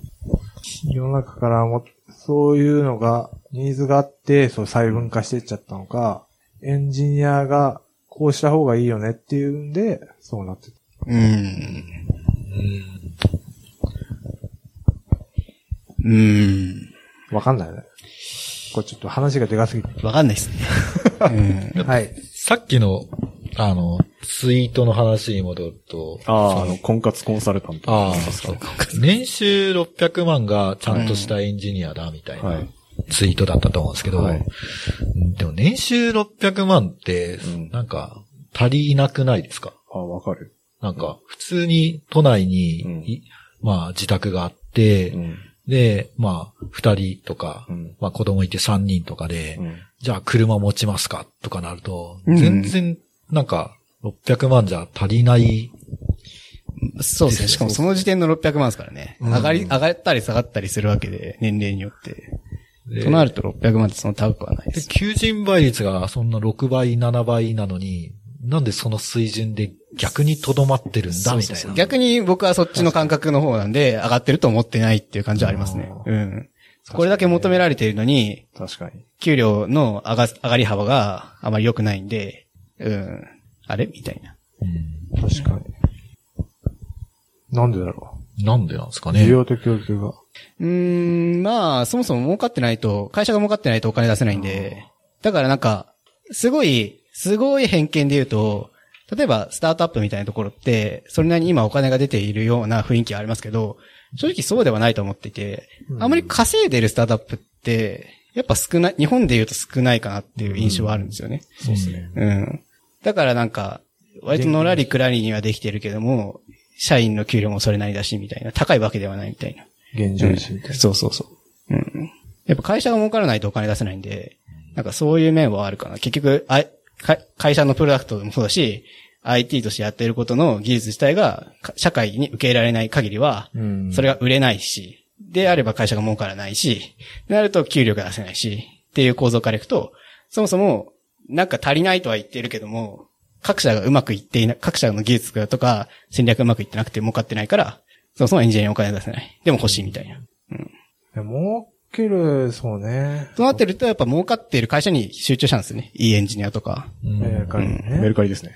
からも、そういうのが、ニーズがあって、そう細分化していっちゃったのか、エンジニアがこうした方がいいよねっていうんで、そうなってた。わかんないね。これちょっと話がでかすぎて。 わかんないですね。 はい。さっきの、ツイートの話に戻ると。 婚活コンサルタント。 年収600万がちゃんとしたエンジニアだみたいなツイートだったと思うんですけど、でも年収600万って、なんか足りなくないですか？ わかる。 なんか普通に都内に、まあ自宅があって、で、まあ2人とか、まあ子供いて3人とかで、じゃあ車持ちますかとかなると、全然なんか600万じゃ足りない。 そうですね。しかもその時点の600万ですからね。上がったり下がったりするわけで、年齢によって。となると600万ってその高くはないです。 求人倍率がそんな6倍、7倍なのに、なんでその水準で逆に留まってるんだみたいな。 逆に僕はそっちの感覚の方なんで、上がってると思ってないっていう感じはありますね。これだけ求められているのに、 確かに。 給料の上がり幅があまり良くないんで、あれみたいな。 確かに。なんでだろう。なんでなんですかね。 需要と供給が。 まあ、そもそも儲かってないと、会社が儲かってないとお金出せないんで、だからなんか、すごい偏見で言うと、例えばスタートアップみたいなところって、それなりに今お金が出ているような雰囲気はありますけど、正直そうではないと思っていて、あまり稼いでるスタートアップって、やっぱ少ない、日本で言うと少ないかなっていう印象はあるんですよね。 そうですね。 だからなんか、割とのらりくらりにはできてるけども、社員の給料もそれなりだし、みたいな。高いわけではないみたいな。 現状維持みたいな。 そうそうそう。やっぱ会社が儲からないとお金出せないんで、なんかそういう面はあるかな。結局、会社のプロダクトもそうだし、IT としてやっていることの技術自体が社会に受け入れられない限りは、それが売れないし、であれば会社が儲からないし、なると給料が出せないし、っていう構造からいくと、そもそも、なんか足りないとは言っているけども、各社がうまくいっていない、各社の技術とか戦略がうまくいってなくて儲かってないから、そもそもエンジニアにお金出せない。でも欲しいみたいな。 儲ける、そうね。 となってるとやっぱ儲かっている会社に集中したんですよね。いいエンジニアとか。 メルカリですね。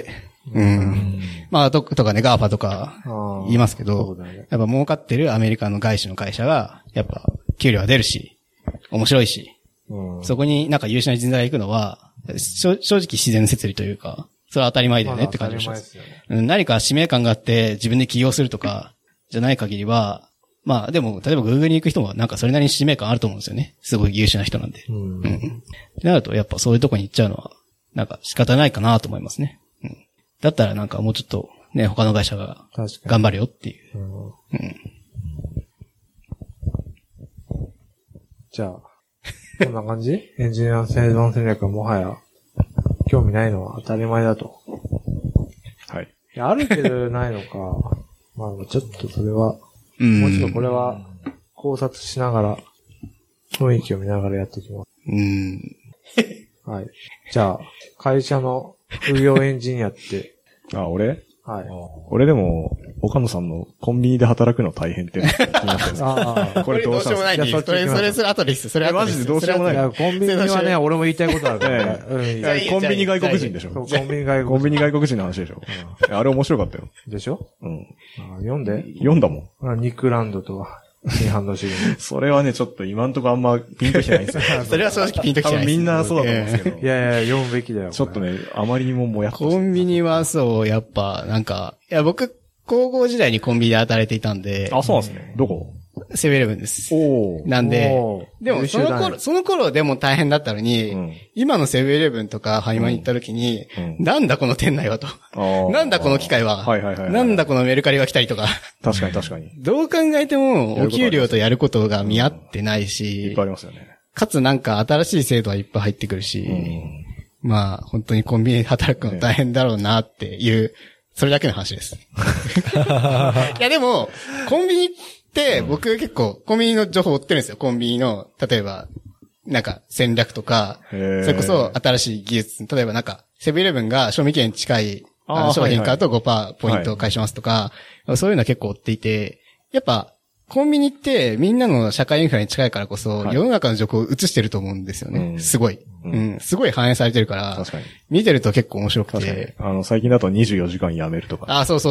まあ、とかね、ガーファとか言いますけど、やっぱ儲かってるアメリカの外資の会社が、やっぱ給料は出るし、面白いし、そこになんか優秀な人材が行くのは、正直自然の摂理というか、それは当たり前だよねって感じがします。何か使命感があって自分で起業するとか、じゃない限りは、まあでも、例えば Google に行く人はなんかそれなりに使命感あると思うんですよね。すごい優秀な人なんで。ってなるとやっぱそういうとこに行っちゃうのは、なんか仕方ないかなと思いますね。だったらなんかもうちょっとね、他の会社が頑張るよっていう。 じゃあ、こんな感じ？エンジニアの生存戦略はもはや興味ないのは当たり前だと。 はい。 いや、あるけどないのか。まあちょっとそれは、もうちょっとこれは考察しながら、雰囲気を見ながらやっていきます。はい。じゃあ、会社の副業エンジニアって。 俺？ はい。 俺でも、岡野さんのコンビニで働くの大変って気になってるんですよ。これどうしたんですか？ どうしようもないんで、それ後でいいっす。それ後でいいっす。 マジでどうしようもない。 いや、コンビニはね、俺も言いたいことあるからね。 コンビニ外国人でしょ？ コンビニ外国人の話でしょ？あれ面白かったよ。 でしょ？ うん。 読んで？ 読んだもん。ニックランドとは。新反応主義。 それはね、ちょっと今んとこあんまピンときてないんですよ。 それは正直ピンときてないです。 みんなそうだと思うんですけど。 いや、読むべきだよ。 ちょっとね、あまりにももやっと。 コンビニはそう、やっぱ、なんか、いや、僕、高校時代にコンビニで働いていたんで。 あ、そうなんですね。どこ？ セブンイレブンです。 おなんで、でもその頃でも大変だったのに、今のセブンイレブンとかファミマに行った時に、なんだこの店内はと。なんだこの機械は。なんだこのメルカリが来たりとか。 確かに。 どう考えても、お給料とやることが見合ってないし、 いっぱいありますよね。 かつなんか新しい制度はいっぱい入ってくるし、まあ、本当にコンビニで働くの大変だろうなっていう、それだけの話です。いやでも、コンビニって僕結構コンビニの情報追ってるんですよ。コンビニの、例えば、なんか戦略とか、それこそ新しい技術、例えばなんか、セブンイレブンが賞味期限近い商品買うと 5% ポイントを返しますとか、そういうのは結構追っていて、やっぱ、コンビニってみんなの社会インフラに近いからこそ、世の中の情報を映してると思うんですよね。すごい。すごい反映されてるから、見てると結構面白くて。 最近だと24時間やめるとか。 そう。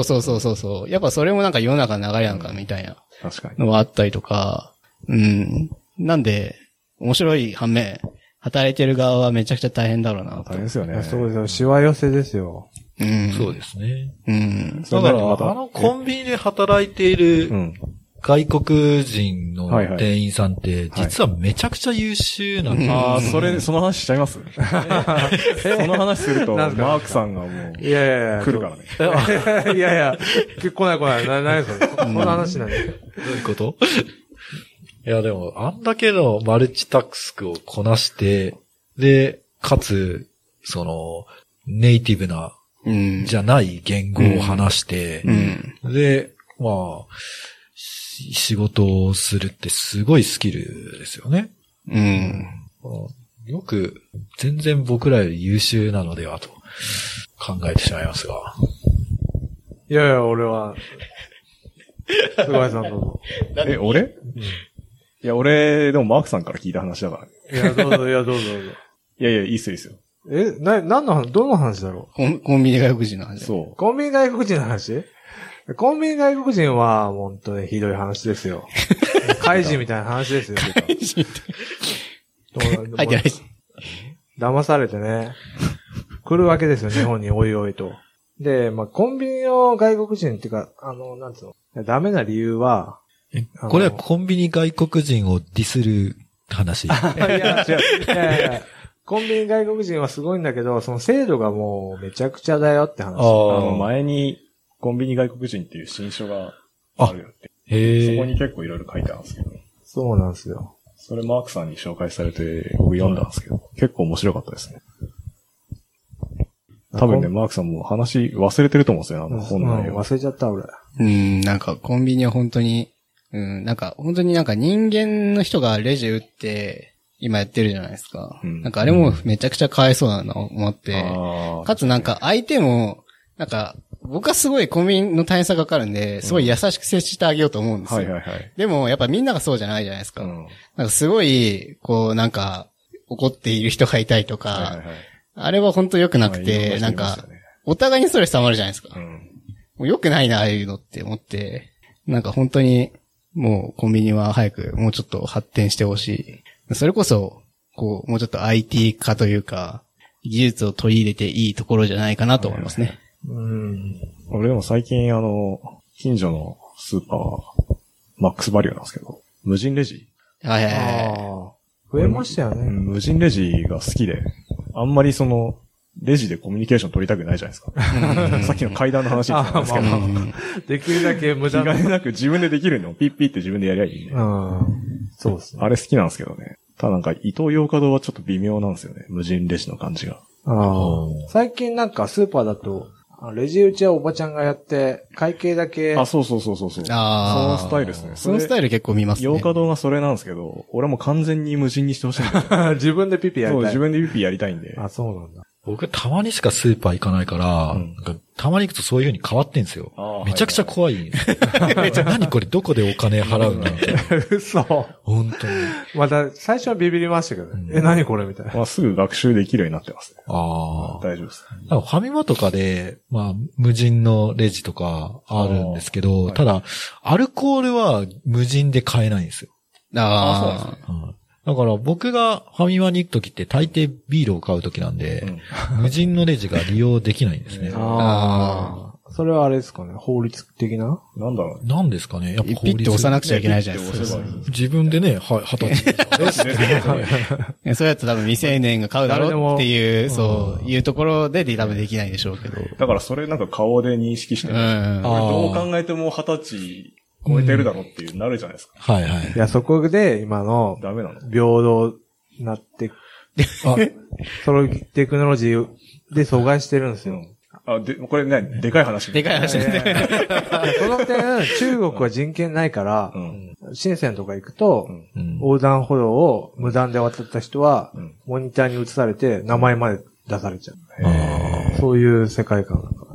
やっぱそれもなんか世の中の流れなのかみたいなのがあったりとか、なんで、面白い反面、働いてる側はめちゃくちゃ大変だろうな。 大変ですよね。 そうですよ。しわ寄せですよ。 そうですね。 だから、コンビニで働いている、外国人の店員さんって、実はめちゃくちゃ優秀なんですよ。その話しちゃいますその話すると、マークさんがもう、来るからね。 いや、来ない。何それ。この話なんで。 どういうこと？いや、でも、あんだけのマルチタスクをこなして、で、かつ、ネイティブな、じゃない言語を話して、で、まあ、仕事をするってすごいスキルですよね。よく、全然僕らより優秀なのではと考えてしまいますが。 いや、俺は、菅井さんどうぞ。 俺？いや、俺、でもマークさんから聞いた話だから。 いや、どうぞ。 いや、いいっすよ。 どの話だろう？コンビニ外国人の話。 そう。 コンビニ外国人の話？コンビニ外国人は、本当にひどい話ですよ。怪人みたいな話ですよ。 怪人って。入ってないし。 騙されてね。来るわけですよ、日本においおいと。で、まあ、コンビニの外国人っていうか、なんつうの、ダメな理由は、 これはコンビニ外国人をディスる話。いや、コンビニ外国人はすごいんだけど、その制度がもうめちゃくちゃだよって話。 前にコンビニ外国人っていう新書があるよって。そこに結構いろいろ書いてあるんですけど。 そうなんですよ。 それマークさんに紹介されて僕読んだんですけど、結構面白かったですね。多分ね、マークさんも話忘れてると思うんですよ、本内忘れちゃった、俺。 なんかコンビニは本当に、なんか本当になんか人間の人がレジ打って、今やってるじゃないですか。なんかあれもめちゃくちゃかわいそうだなと思って、かつなんか相手も、なんか僕はすごいコンビニの大変さがかかるんで、すごい優しく接してあげようと思うんですよ。でもやっぱみんながそうじゃないじゃないですか。なんかすごい、なんか怒っている人がいたりとか、あれは本当良くなくて、なんか、お互いにストレス溜まるじゃないですか。もう良くないな、ああいうのって思って、なんか本当に、もうコンビニは早くもうちょっと発展してほしい。それこそ、もうちょっと IT 化というか、技術を取り入れていいところじゃないかなと思いますね。 俺でも最近近所のスーパーは、マックスバリューなんですけど、無人レジ？ 増えましたよね。 無人レジが好きで、あんまりレジでコミュニケーション取りたくないじゃないですか。さっきの階段の話なんですけど。 できるだけ無駄な。 気兼ねなく自分でできるのをピッピッって自分でやりゃいいんで。 そうですね。 あれ好きなんですけどね。ただなんかイトーヨーカドーはちょっと微妙なんですよね。無人レジの感じが。 最近なんかスーパーだと、レジ打ちはおばちゃんがやって、会計だけ。 そう。そのスタイルですね。 そのスタイル結構見ますね。 ヨーカドーがそれなんですけど、俺も完全に無人にしてほしいんだよ。 自分でピピやりたい。 そう、自分でピピやりたいんで。 そうなんだ。 僕たまにしかスーパー行かないから、なんかたまに行くとそういう風に変わってんですよ。めちゃくちゃ怖いんですよ。何これどこでお金払うんだみたいな。 嘘。 本当に。 まだ最初はビビりましたけどね。何これみたいな。 まあすぐ学習できるようになってますね。 大丈夫です。 ファミマとかで、まあ無人のレジとかあるんですけど、ただ、アルコールは無人で買えないんですよ。 そうなんですね。 だから僕がファミマに行くときって大抵ビールを買うときなんで、無人のレジが利用できないんですね。 それはあれですかね、法律的な？ なんだろう。 なんですかね。 やっぱ法律ピッて押さなくちゃいけないじゃないですか。 自分でね、20歳。 そうやって多分未成年が買うだろうっていう、そういうところで多分できないんでしょうけど。 だからそれなんか顔で認識して、どう考えても20歳超えてるだろうっていうなるじゃないですか。 はいはい。 いや、そこで今の、 ダメなの？ 平等になって、そのテクノロジーで阻害してるんですよ。 これね、でかい話。 でかい話ですね。 その点、中国は人権ないから、深センとか行くと、横断歩道を無断で渡った人は、モニターに映されて、名前まで出されちゃう。そういう世界観だから。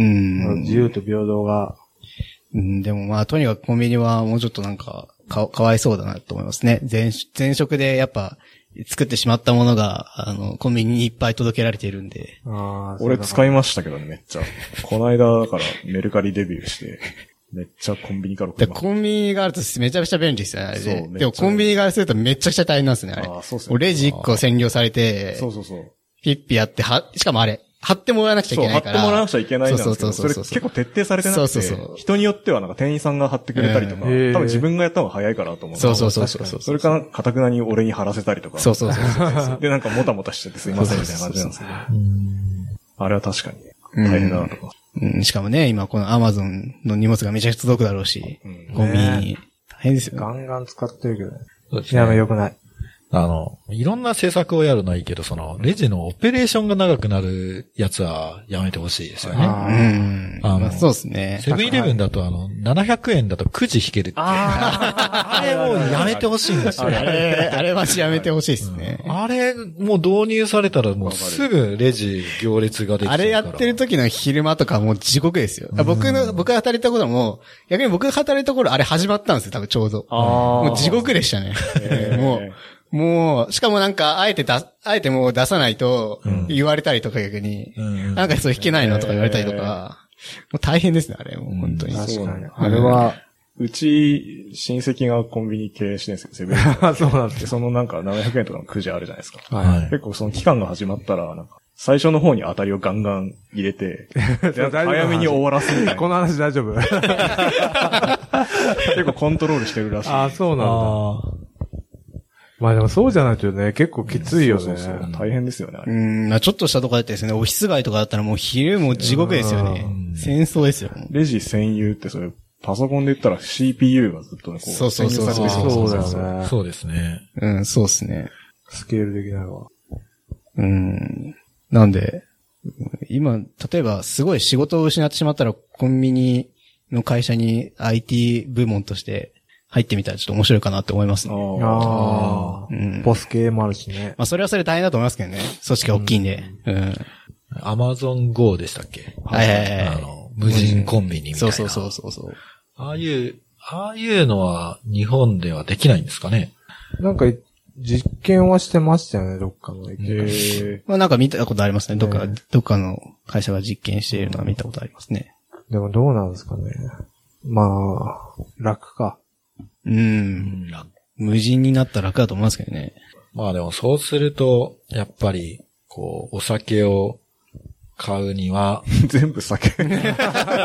自由と平等が、 でもまあ、とにかくコンビニはもうちょっとなんか、かわいそうだなと思いますね。前職でやっぱ、作ってしまったものが、コンビニにいっぱい届けられているんで。 俺使いましたけどね、めっちゃ。この間、だから、メルカリデビューして、めっちゃコンビニからコンビニがあるとめちゃくちゃ便利ですよね、あれで。でもコンビニがするとめちゃくちゃ大変なんですね、あれ。 そうですね。 レジ1個占領されて、ピッピやって、しかもあれ、貼ってもらわなくちゃいけないから。 貼ってもらわなくちゃいけないんですけど、それ結構徹底されてなくて、人によってはなんか店員さんが貼ってくれたりとか、多分自分がやった方が早いからと思う。 そう。 それから、かたくなに俺に貼らせたりとか。 そう。 で、なんかもたもたしちゃってすいませんみたいな感じなんですけど。あれは確かに大変だなとか。 しかもね、今この Amazon の荷物がめちゃくちゃ届くだろうし、コンビニ、大変ですよ。 ガンガン使ってるけどね。いや、良くない。 いろんな政策をやるのはいいけど、レジのオペレーションが長くなるやつはやめてほしいですよね。 そうですね。 セブンイレブンだと700円だとくじ引けるっていう。あれもうやめてほしいんですよ。 あれマジやめてほしいですね。 あれ、もう導入されたらもうすぐレジ行列ができちゃうから。 あれやってる時の昼間とかもう地獄ですよ。僕が働いた頃も、逆に僕が働いた頃あれ始まったんですよ、多分ちょうど。もう地獄でしたね。もう、しかもなんか、あえてもう出さないと、言われたりとか逆に、なんかそう弾けないのとか言われたりとか、もう大変ですね、あれ、もう本当に。 確かに。あれは、 うち、親戚がコンビニ経営してるんですよ、セブン。 そうなんですよ。 そのなんか700円とかのくじあるじゃないですか。 結構その期間が始まったら、なんか、最初の方に当たりをガンガン入れて、早めに終わらすみたいな。 この話大丈夫？ 結構コントロールしてるらしい。 そうなんだ。まあでもそうじゃないとね、結構きついよね。 大変ですよね。 ちょっとしたとこだってですね、オフィス街とかだったらもう昼も地獄ですよね。戦争ですよ。 レジ専用ってそれ、パソコンで言ったら CPU がずっとね、こう。 そうだよね。 そうですね。 そうですね。 スケールできないわ。 なんで、今、例えばすごい仕事を失ってしまったらコンビニの会社に IT 部門として入ってみたらちょっと面白いかなって思いますね。 ポス系もあるしね。 まあそれはそれ大変だと思いますけどね。組織が大きいんで。 Amazon Go でしたっけ？ はい。 無人コンビニみたいな。 そう。 ああいうのは日本ではできないんですかね？ なんか、実験はしてましたよね、どっかの。 まあなんか見たことありますね。どっかの会社が実験しているのは見たことありますね。 でもどうなんですかね。まあ、楽か。 無人になったら楽だと思いますけどね。 まあでもそうすると、やっぱり、お酒を買うには、 全部酒。 20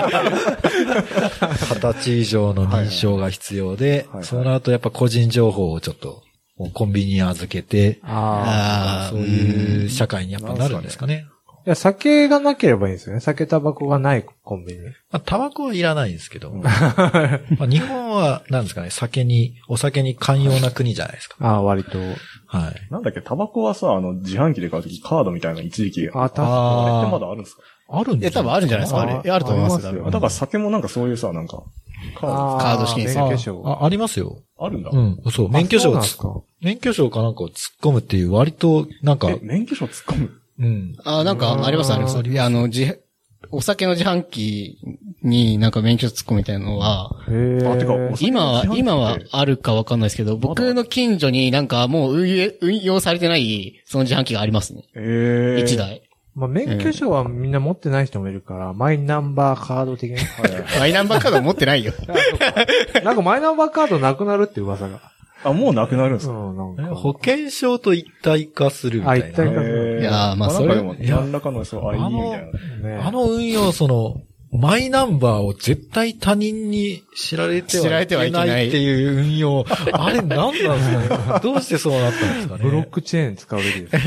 歳以上の認証が必要で、そうなるとやっぱ個人情報をちょっと、コンビニに預けて、そういう社会にやっぱなるんですかね。 いや、酒がなければいいんですよね。酒、タバコがないコンビニ。 まあ、タバコはいらないんですけど。まあ、日本は、なんですかね、お酒に寛容な国じゃないですか。 割と。 はい。なんだっけ、タバコはさ、自販機で買うときカードみたいな一時期。 確かに。 あれってまだあるんですか？ あるんですか？ 多分あるんじゃないですか？あると思いますよ。 だから酒もなんかそういうさ、なんか、 カード試験免許証。 ありますよ。 あるんだ。 そう、免許証かなんかを突っ込むっていう割と、なんか。 免許証突っ込む？ うん。 なんか、あります、あります。いや、お酒の自販機になんか免許突っ込みたいなのは、今はあるかわかんないですけど、僕の近所になんかもう運用されてないその自販機がありますね。1台。 まあ、免許証はみんな持ってない人もいるから、マイナンバーカード的な。 マイナンバーカード持ってないよ。 なんかマイナンバーカードなくなるって噂が。 もうなくなるんですか？ なんか保険証と一体化するみたいな。 一体化する。 いやまあそれでも何らかのそう ID みたいな。運用マイナンバーを絶対他人に知られてはいけないっていう運用。あれ何なんですかね。どうしてそうなったんですかね。 ブロックチェーン使うべきです。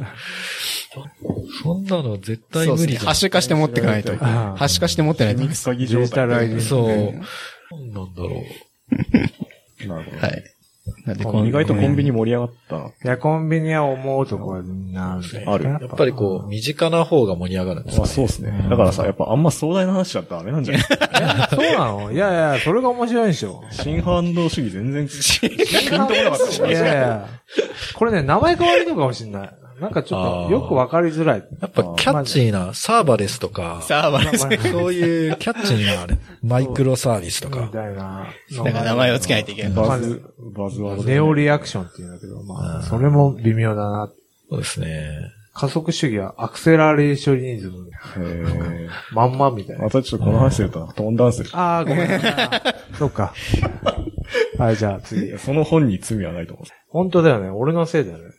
そんなの絶対無理じゃん。 ハッシュ化して持ってかないと。ハッシュ化して持ってないと。 デジタル ID。 そう。何なんだろう。なるほど。 はい。 意外とコンビニ盛り上がった。 いや、コンビニは思うところなる。 ある。 やっぱり身近な方が盛り上がるんですね。 そうですね。だからさ、やっぱあんま壮大な話だったらダメなんじゃないそうなの？いや、それが面白いでしょ。 新反動主義全然、ピンとこなかった。 いや。これね、名前変わるのかもしれない。なんかちょっとよくわかりづらい。 やっぱキャッチーなサーバレスとか、そういうキャッチーなマイクロサービスとか。みたいな。 なんか名前をつけないといけない。 バズワード。 ネオリアクションって言うんだけど、まあ、それも微妙だな。 そうですね。 加速主義はアクセラレーショニズム。まんまみたいな。 またちょっとこの話するとトーンダウンする。 ごめんなさい。そうか。はい、じゃあ次。 その本に罪はないと思う。 本当だよね。俺のせいだよね。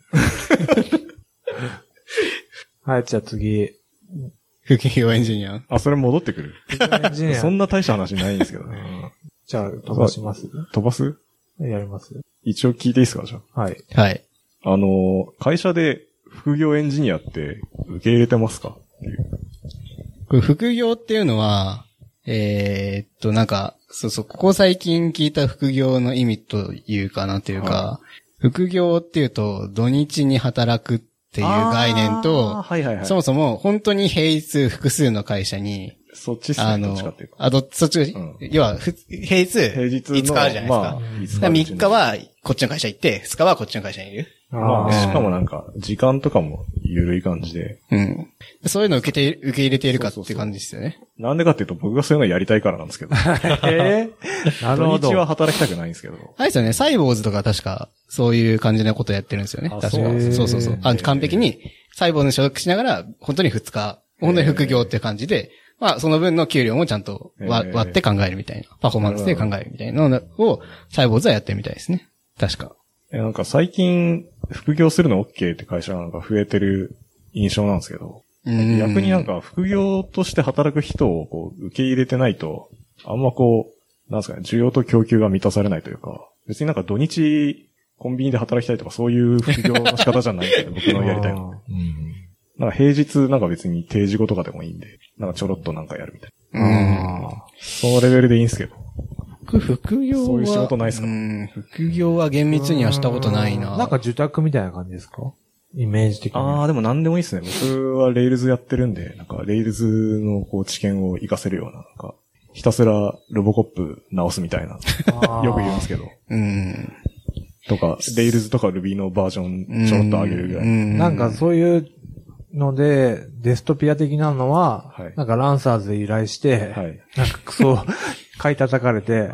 はい、じゃあ次。 副業エンジニア。 それ戻ってくる。 エンジニア。 そんな大した話ないんですけどね。 じゃあ、飛ばします？ 飛ばす？ やります。 一応聞いていいですか、じゃあ。はい。 はい。 会社で副業エンジニアって受け入れてますか？ これ副業っていうのは、なんか、ここ最近聞いた副業の意味というかなというか、副業っていうと土日に働くっていう概念と、そもそも本当に平日複数の会社に、 そっちっすね。どっちかっていうか。 そっち、要は、平日5日あるじゃないですか。3日はこっちの会社行って、2日はこっちの会社にいる。 しかもなんか、時間とかも緩い感じで。 そういうのを受け入れているかっていう感じですよね。 なんでかっていうと、僕がそういうのやりたいからなんですけど。なるほど。土日は働きたくないんですけど。 あれですよね、サイボーズとか確か、そういう感じのことやってるんですよね。確か。そう。完璧に、サイボーズに所属しながら、本当に2日、本当に副業っていう感じで、まあ、その分の給料もちゃんと割って考えるみたいな。パフォーマンスで考えるみたいなのを、サイボーズはやってるみたいですね。確か。 なんか最近、副業するの OK って会社がなんか増えてる印象なんですけど、逆になんか副業として働く人を受け入れてないと、あんまなんですかね、需要と供給が満たされないというか、別になんか土日コンビニで働きたいとかそういう副業の仕方じゃないんで、僕のやりたいの。なんか平日なんか別に定時後とかでもいいんで、なんかちょろっとなんかやるみたいな。そのレベルでいいんですけど。 副業は、 そういう仕事ないですか？ 副業は厳密にはしたことないな。 なんか受託みたいな感じですか？イメージ的に。 でも何でもいいですね。僕はレイルズやってるんで、なんかレイルズの知見を活かせるような、なんか、ひたすらロボコップ直すみたいな。よく言うんですけど。とか、レイルズとか Ruby のバージョンちょろっと上げるぐらい。 なんかそういうので、デストピア的なのは、なんかランサーズで依頼して、なんかクソ、買い叩かれて、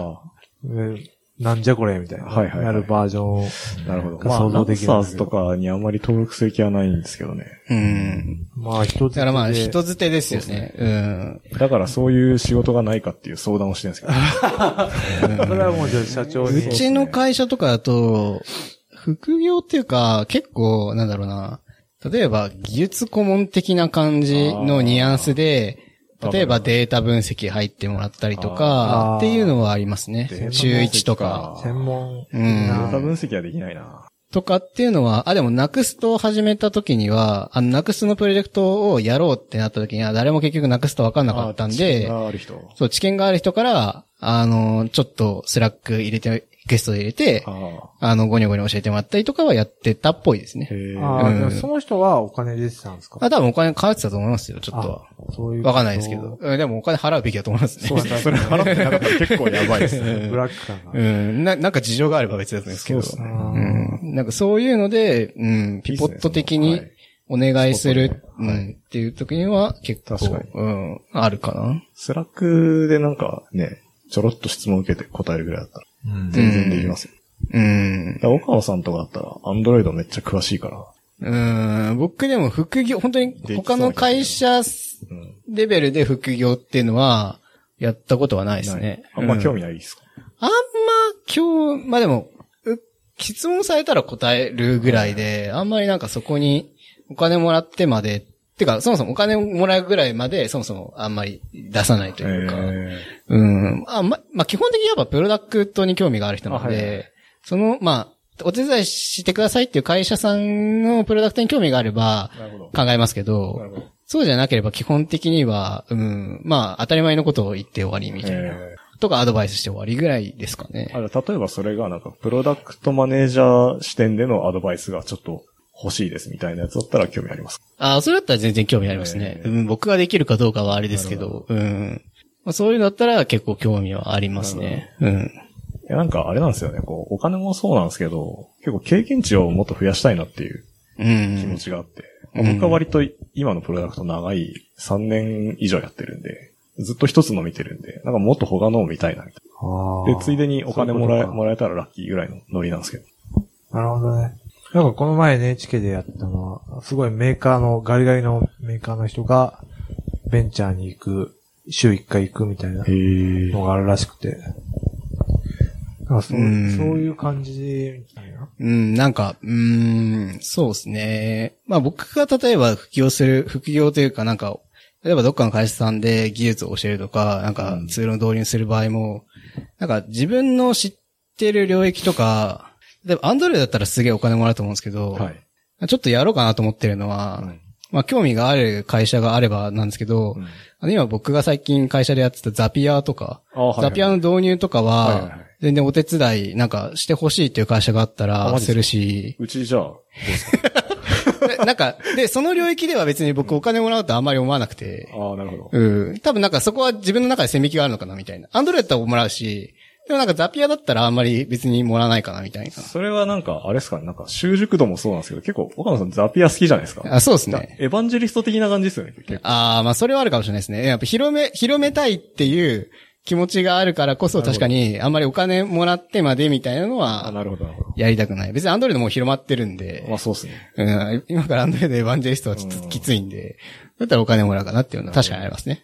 なんじゃこれみたいな。やるバージョンを。 なるほど。 想像できる。 ランサーズとかにあんまり登録する気はないんですけどね。 まあ人づて。 だからまあ人づてですよね。 だからそういう仕事がないかっていう相談をしてるんですけど。 それはもう社長に。 うちの会社とかだと、副業っていうか、結構、なんだろうな。例えば技術顧問的な感じのニュアンスで、例えばデータ分析入ってもらったりとか、っていうのはありますね。週1とか。 専門。 データ分析はできないな。 とかっていうのは、でもナクストを始めた時には、ナクストのプロジェクトをやろうってなった時には、誰も結局ナクスト分かんなかったんで、知見がある人から、ちょっとスラック入れて、ゲストで入れて、ゴニョゴニョ教えてもらったりとかはやってたっぽいですね。 その人はお金出てたんですか？ 多分お金払ってたと思いますよ、ちょっとは。わかんないですけど。でもお金払うべきだと思いますね。 そうですね。それ払ってなかったら結構やばいですね。 ブラック感が。なんか事情があれば別だと思うんですけど。なんかそういうので、ピポット的に、 お願いする、 はい、 っていう時には結構、 確かに。 あるかな。 スラックでなんかね、ちょろっと質問受けて答えるぐらいだったら、全然できますよ。岡野さんとかだったら、アンドロイドめっちゃ詳しいから。 僕でも副業、本当に他の会社レベルで副業っていうのは、やったことはないですね。 あんま興味ないですか？ まあでも、質問されたら答えるぐらいで、あんまりなんかそこにお金もらってまで、てかそもそもお金をもらうぐらいまで、そもそもあんまり出さないというか。まあ基本的にやっぱプロダクトに興味がある人なので、お手伝いしてくださいっていう会社さんのプロダクトに興味があれば考えますけど、そうじゃなければ基本的には、まあ当たり前のことを言って終わりみたいな。とかアドバイスして終わりぐらいですかね。 例えばそれがなんかプロダクトマネージャー視点でのアドバイスがちょっと欲しいですみたいなやつだったら興味あります。 それだったら全然興味ありますね。僕ができるかどうかはあれですけど、まあ、そういうのだったら結構興味はありますね。 いやなんかあれなんですよね。お金もそうなんですけど、結構経験値をもっと増やしたいなっていう気持ちがあって。僕は割と今のプロダクト長い3年以上やってるんで、ずっと一つの見てるんで、なんかもっと他のを見たいなみたいな。で、ついでにお金もらえたらラッキーぐらいのノリなんですけど。 なるほどね。なんかこの前 NHK でやったのは、すごいガリガリのメーカーの人が、ベンチャーに行く、週1回行くみたいなのがあるらしくて。そういう感じみたいな。 なんか、そうですね。まあ僕が例えば副業というかなんか、例えばどっかの会社さんで技術を教えるとか、なんかツールを導入する場合も、なんか自分の知ってる領域とか、例えば Android だったらすげえお金もらうと思うんですけど、ちょっとやろうかなと思ってるのは、まあ興味がある会社があればなんですけど、今僕が最近会社でやってたザピアとか、ザピアの導入とかは、全然お手伝いなんかしてほしいっていう会社があったらするし、 うちじゃあ、どうですか？ なんか、で、その領域では別に僕お金もらうとあんまり思わなくて。 なるほど。 多分なんかそこは自分の中で線引きがあるのかなみたいな。アンドロイドだったらもらうし、でもなんかザピアだったらあんまり別にもらわないかなみたいな。 それはなんか、あれですかね、なんか習熟度もそうなんですけど、結構、岡野さんザピア好きじゃないですか。 そうですね。 エヴァンジェリスト的な感じですよね、結構。 まあそれはあるかもしれないですね。やっぱ広めたいっていう気持ちがあるからこそ確かにあんまりお金もらってまでみたいなのは、 なるほど。 やりたくない。別にアンドロイドもう広まってるんで。 まあそうですね。 今からアンドロイドエヴァンジェリストはちょっときついんで、だったらお金もらうかなっていうのは確かにありますね。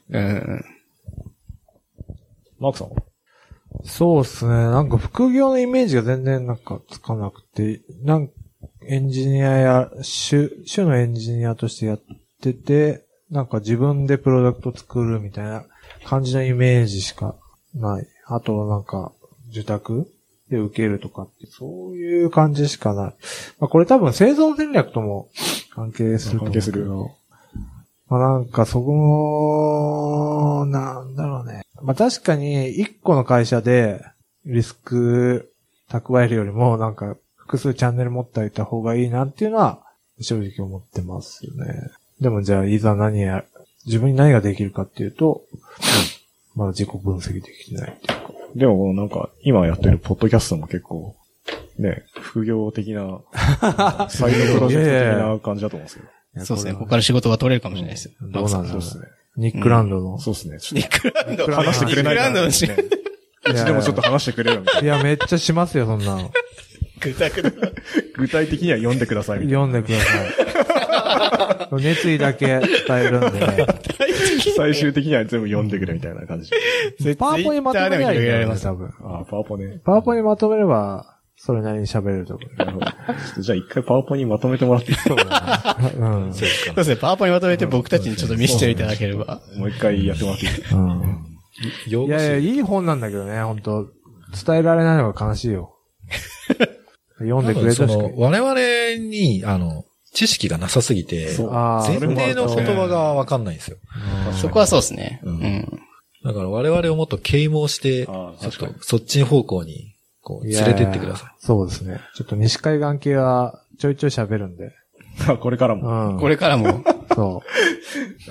マークさんは？ そうですね。なんか副業のイメージが全然なんかつかなくて、エンジニアや、主のエンジニアとしてやってて、なんか自分でプロダクト作るみたいな感じのイメージしかない。あとなんか、受託で受けるとかって、そういう感じしかない。まあこれ多分製造戦略とも関係すると思うけど、まあなんかそこの、なんだろうね。まあ確かに一個の会社でリスク蓄えるよりもなんか複数チャンネル持っておいた方がいいなっていうのは正直思ってますよね。でもじゃあいざ自分に何ができるかっていうと、まだ自己分析できてないっていうか。 でもなんか今やってるポッドキャストも結構ね、副業的な、サイドプロジェクト的な感じだと思うんですけど。 そうですね。ここから仕事が取れるかもしれないです。 どうなんだろうですね。ニックランドの。 そうですね。 ニックランド話してくれないから。 ニックランドのし。 うちでもちょっと話してくれよみたいな。 いや、めっちゃしますよ、そんなの。 具体的には読んでくださいみたいな。 読んでください。熱意だけ伝えるんでね。 最終的には全部読んでくれみたいな感じ。 パワポにまとめればいいんだよね、多分。 パワポね。 パワポにまとめれば、それなりに喋れると思う。 なるほど。じゃあ一回パワポにまとめてもらっていいですか？ そうですね。パワポにまとめて僕たちにちょっと見せていただければ。 もう一回やってもらっていいですか？ いや、いい本なんだけどね、本当伝えられないのが悲しいよ。読んでくれたし。 我々に、知識がなさすぎて、前提の言葉がわかんないんですよ。 そこはそうですね。 だから我々をもっと啓蒙して、ちょっとそっち方向に、連れてってください。 そうですね。ちょっと西海岸系はちょいちょい喋るんで。 これからも。 これからも。 そう。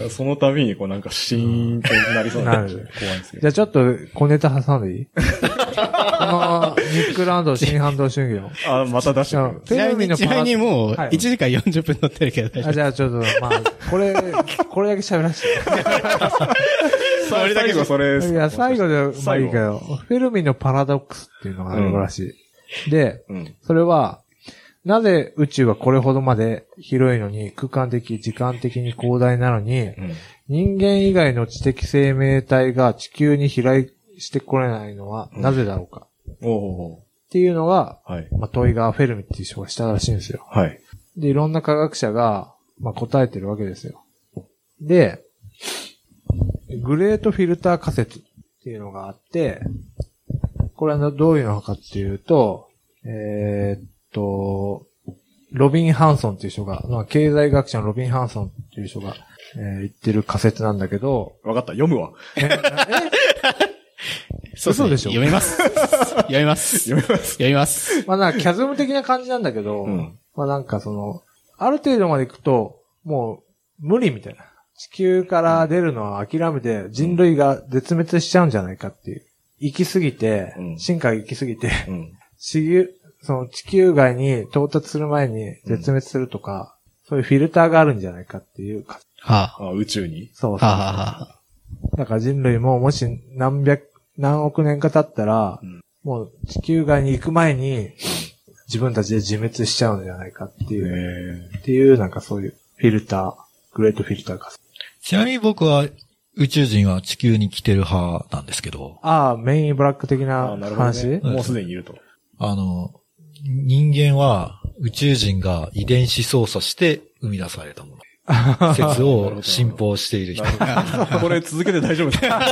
その度になんかシーンとなりそうな。怖いですけど。 じゃあちょっと小ネタ挟んでいい？このックランド新反動主義の。 あ、また出してくる。 ちなみにもう、1時間40分乗ってるけど大丈夫。 じゃあちょっと、まあ、これだけ喋らせて。 それだけがそれ。 いや、最後で、まあいいけど、フェルミのパラドックスっていうのがあるらしい。で、それは、なぜ宇宙はこれほどまで広いのに、空間的、時間的に広大なのに、人間以外の知的生命体が地球に飛来してこれないのはなぜだろうか。っていうのが、まあ、問いがフェルミっていう人がしたらしいんですよ。で、いろんな科学者が、まあ、答えてるわけですよ。で、グレートフィルター仮説っていうのがあって、これはどういうのかっていうと、ロビン・ハンソンっていう人が、まあ、経済学者のロビン・ハンソンっていう人が、言ってる仮説なんだけど。 わかった、読むわ。 嘘でしょ？読みます。読みます。 読みます。 読みます。 まあなんかキャズム的な感じなんだけど、まあなんかある程度まで行くと、もう無理みたいな。地球から出るのは諦めて人類が絶滅しちゃうんじゃないかっていう。行き過ぎて、進化が行き過ぎて、地球外に到達する前に絶滅するとか、そういうフィルターがあるんじゃないかっていう。 宇宙に？ そう。だから人類ももし何億年か経ったら、もう地球外に行く前に自分たちで自滅しちゃうんじゃないかっていう、なんかそういうフィルター、グレートフィルターが。 ちなみに僕は宇宙人は地球に来てる派なんですけど。 メインブラック的な話、 ね、もうすでにいると。 人間は宇宙人が遺伝子操作して生み出されたもの。説を信奉している人。 これ続けて大丈夫ですか？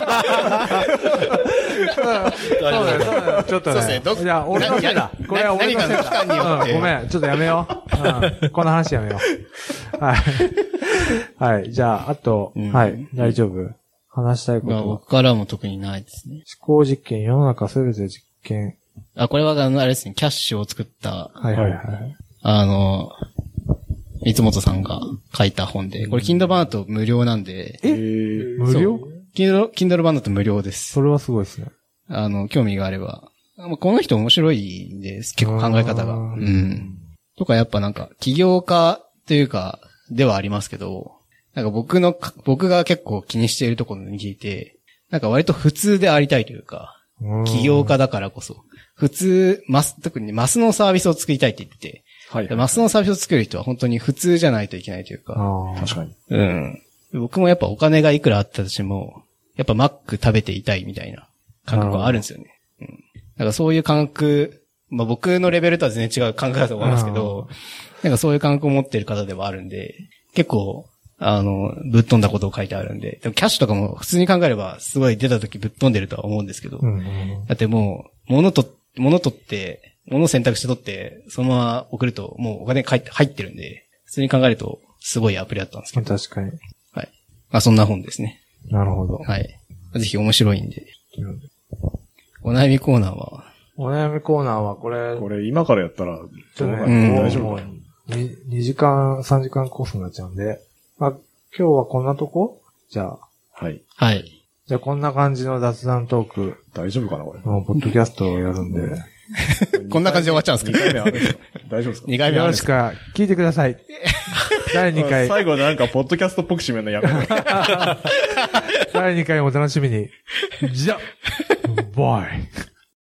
そうだよ。ちょっとね。いや、俺のせいだ。これは俺のせいだ。ごめん。ちょっとやめよう。この話やめよう。はい。はい。じゃあ、あと、はい。大丈夫。話したいことは。 僕からも特にないですね。 思考実験、世の中すべて実験。 これはあれですね、キャッシュを作った。 はいはいはい。 三本さんが書いた本で、これ Kindle 版だと無料なんで。 無料？ Kindle 版だと無料です。 それはすごいですね。 興味があれば。この人面白いんです。結構考え方が。とかやっぱなんか、起業家というか、ではありますけど、なんか僕が結構気にしているところに聞いて、なんか割と普通でありたいというか、起業家だからこそ、特にマスのサービスを作りたいって言ってて、マスのサービスを作る人は本当に普通じゃないといけないというか。 確かに。 僕もやっぱお金がいくらあったとしても、やっぱマック食べていたいみたいな感覚はあるんですよね。なんかそういう感覚、まあ僕のレベルとは全然違う感覚だと思いますけど、なんかそういう感覚を持ってる方ではあるんで、結構、ぶっ飛んだことを書いてあるんで、でもキャッシュとかも普通に考えればすごい出た時ぶっ飛んでるとは思うんですけど、だってもう、物を選択して取って、そのまま送ると、もうお金入ってるんで、普通に考えると、すごいアプリだったんですけど。 確かに。 はい。まあそんな本ですね。 なるほど。 はい。ぜひ面白いんで。お悩みコーナーはお悩みコーナーはこれ今からやったら、 ちょっとね、大丈夫かな。 2時間、3時間コースになっちゃうんで。まあ、今日はこんなとこ？じゃあ。 はい。 はい。 じゃあこんな感じの雑談トーク。 大丈夫かなこれ。 ポッドキャストをやるんで。 こんな感じで終わっちゃうんですか？ 2回目あるんですか？大丈夫ですか？ 2回目あるんですか？ よろしく聞いてください。第2回。 最後なんかポッドキャストっぽく締めるのやめろ。 第2回お楽しみに。じゃ、バイ。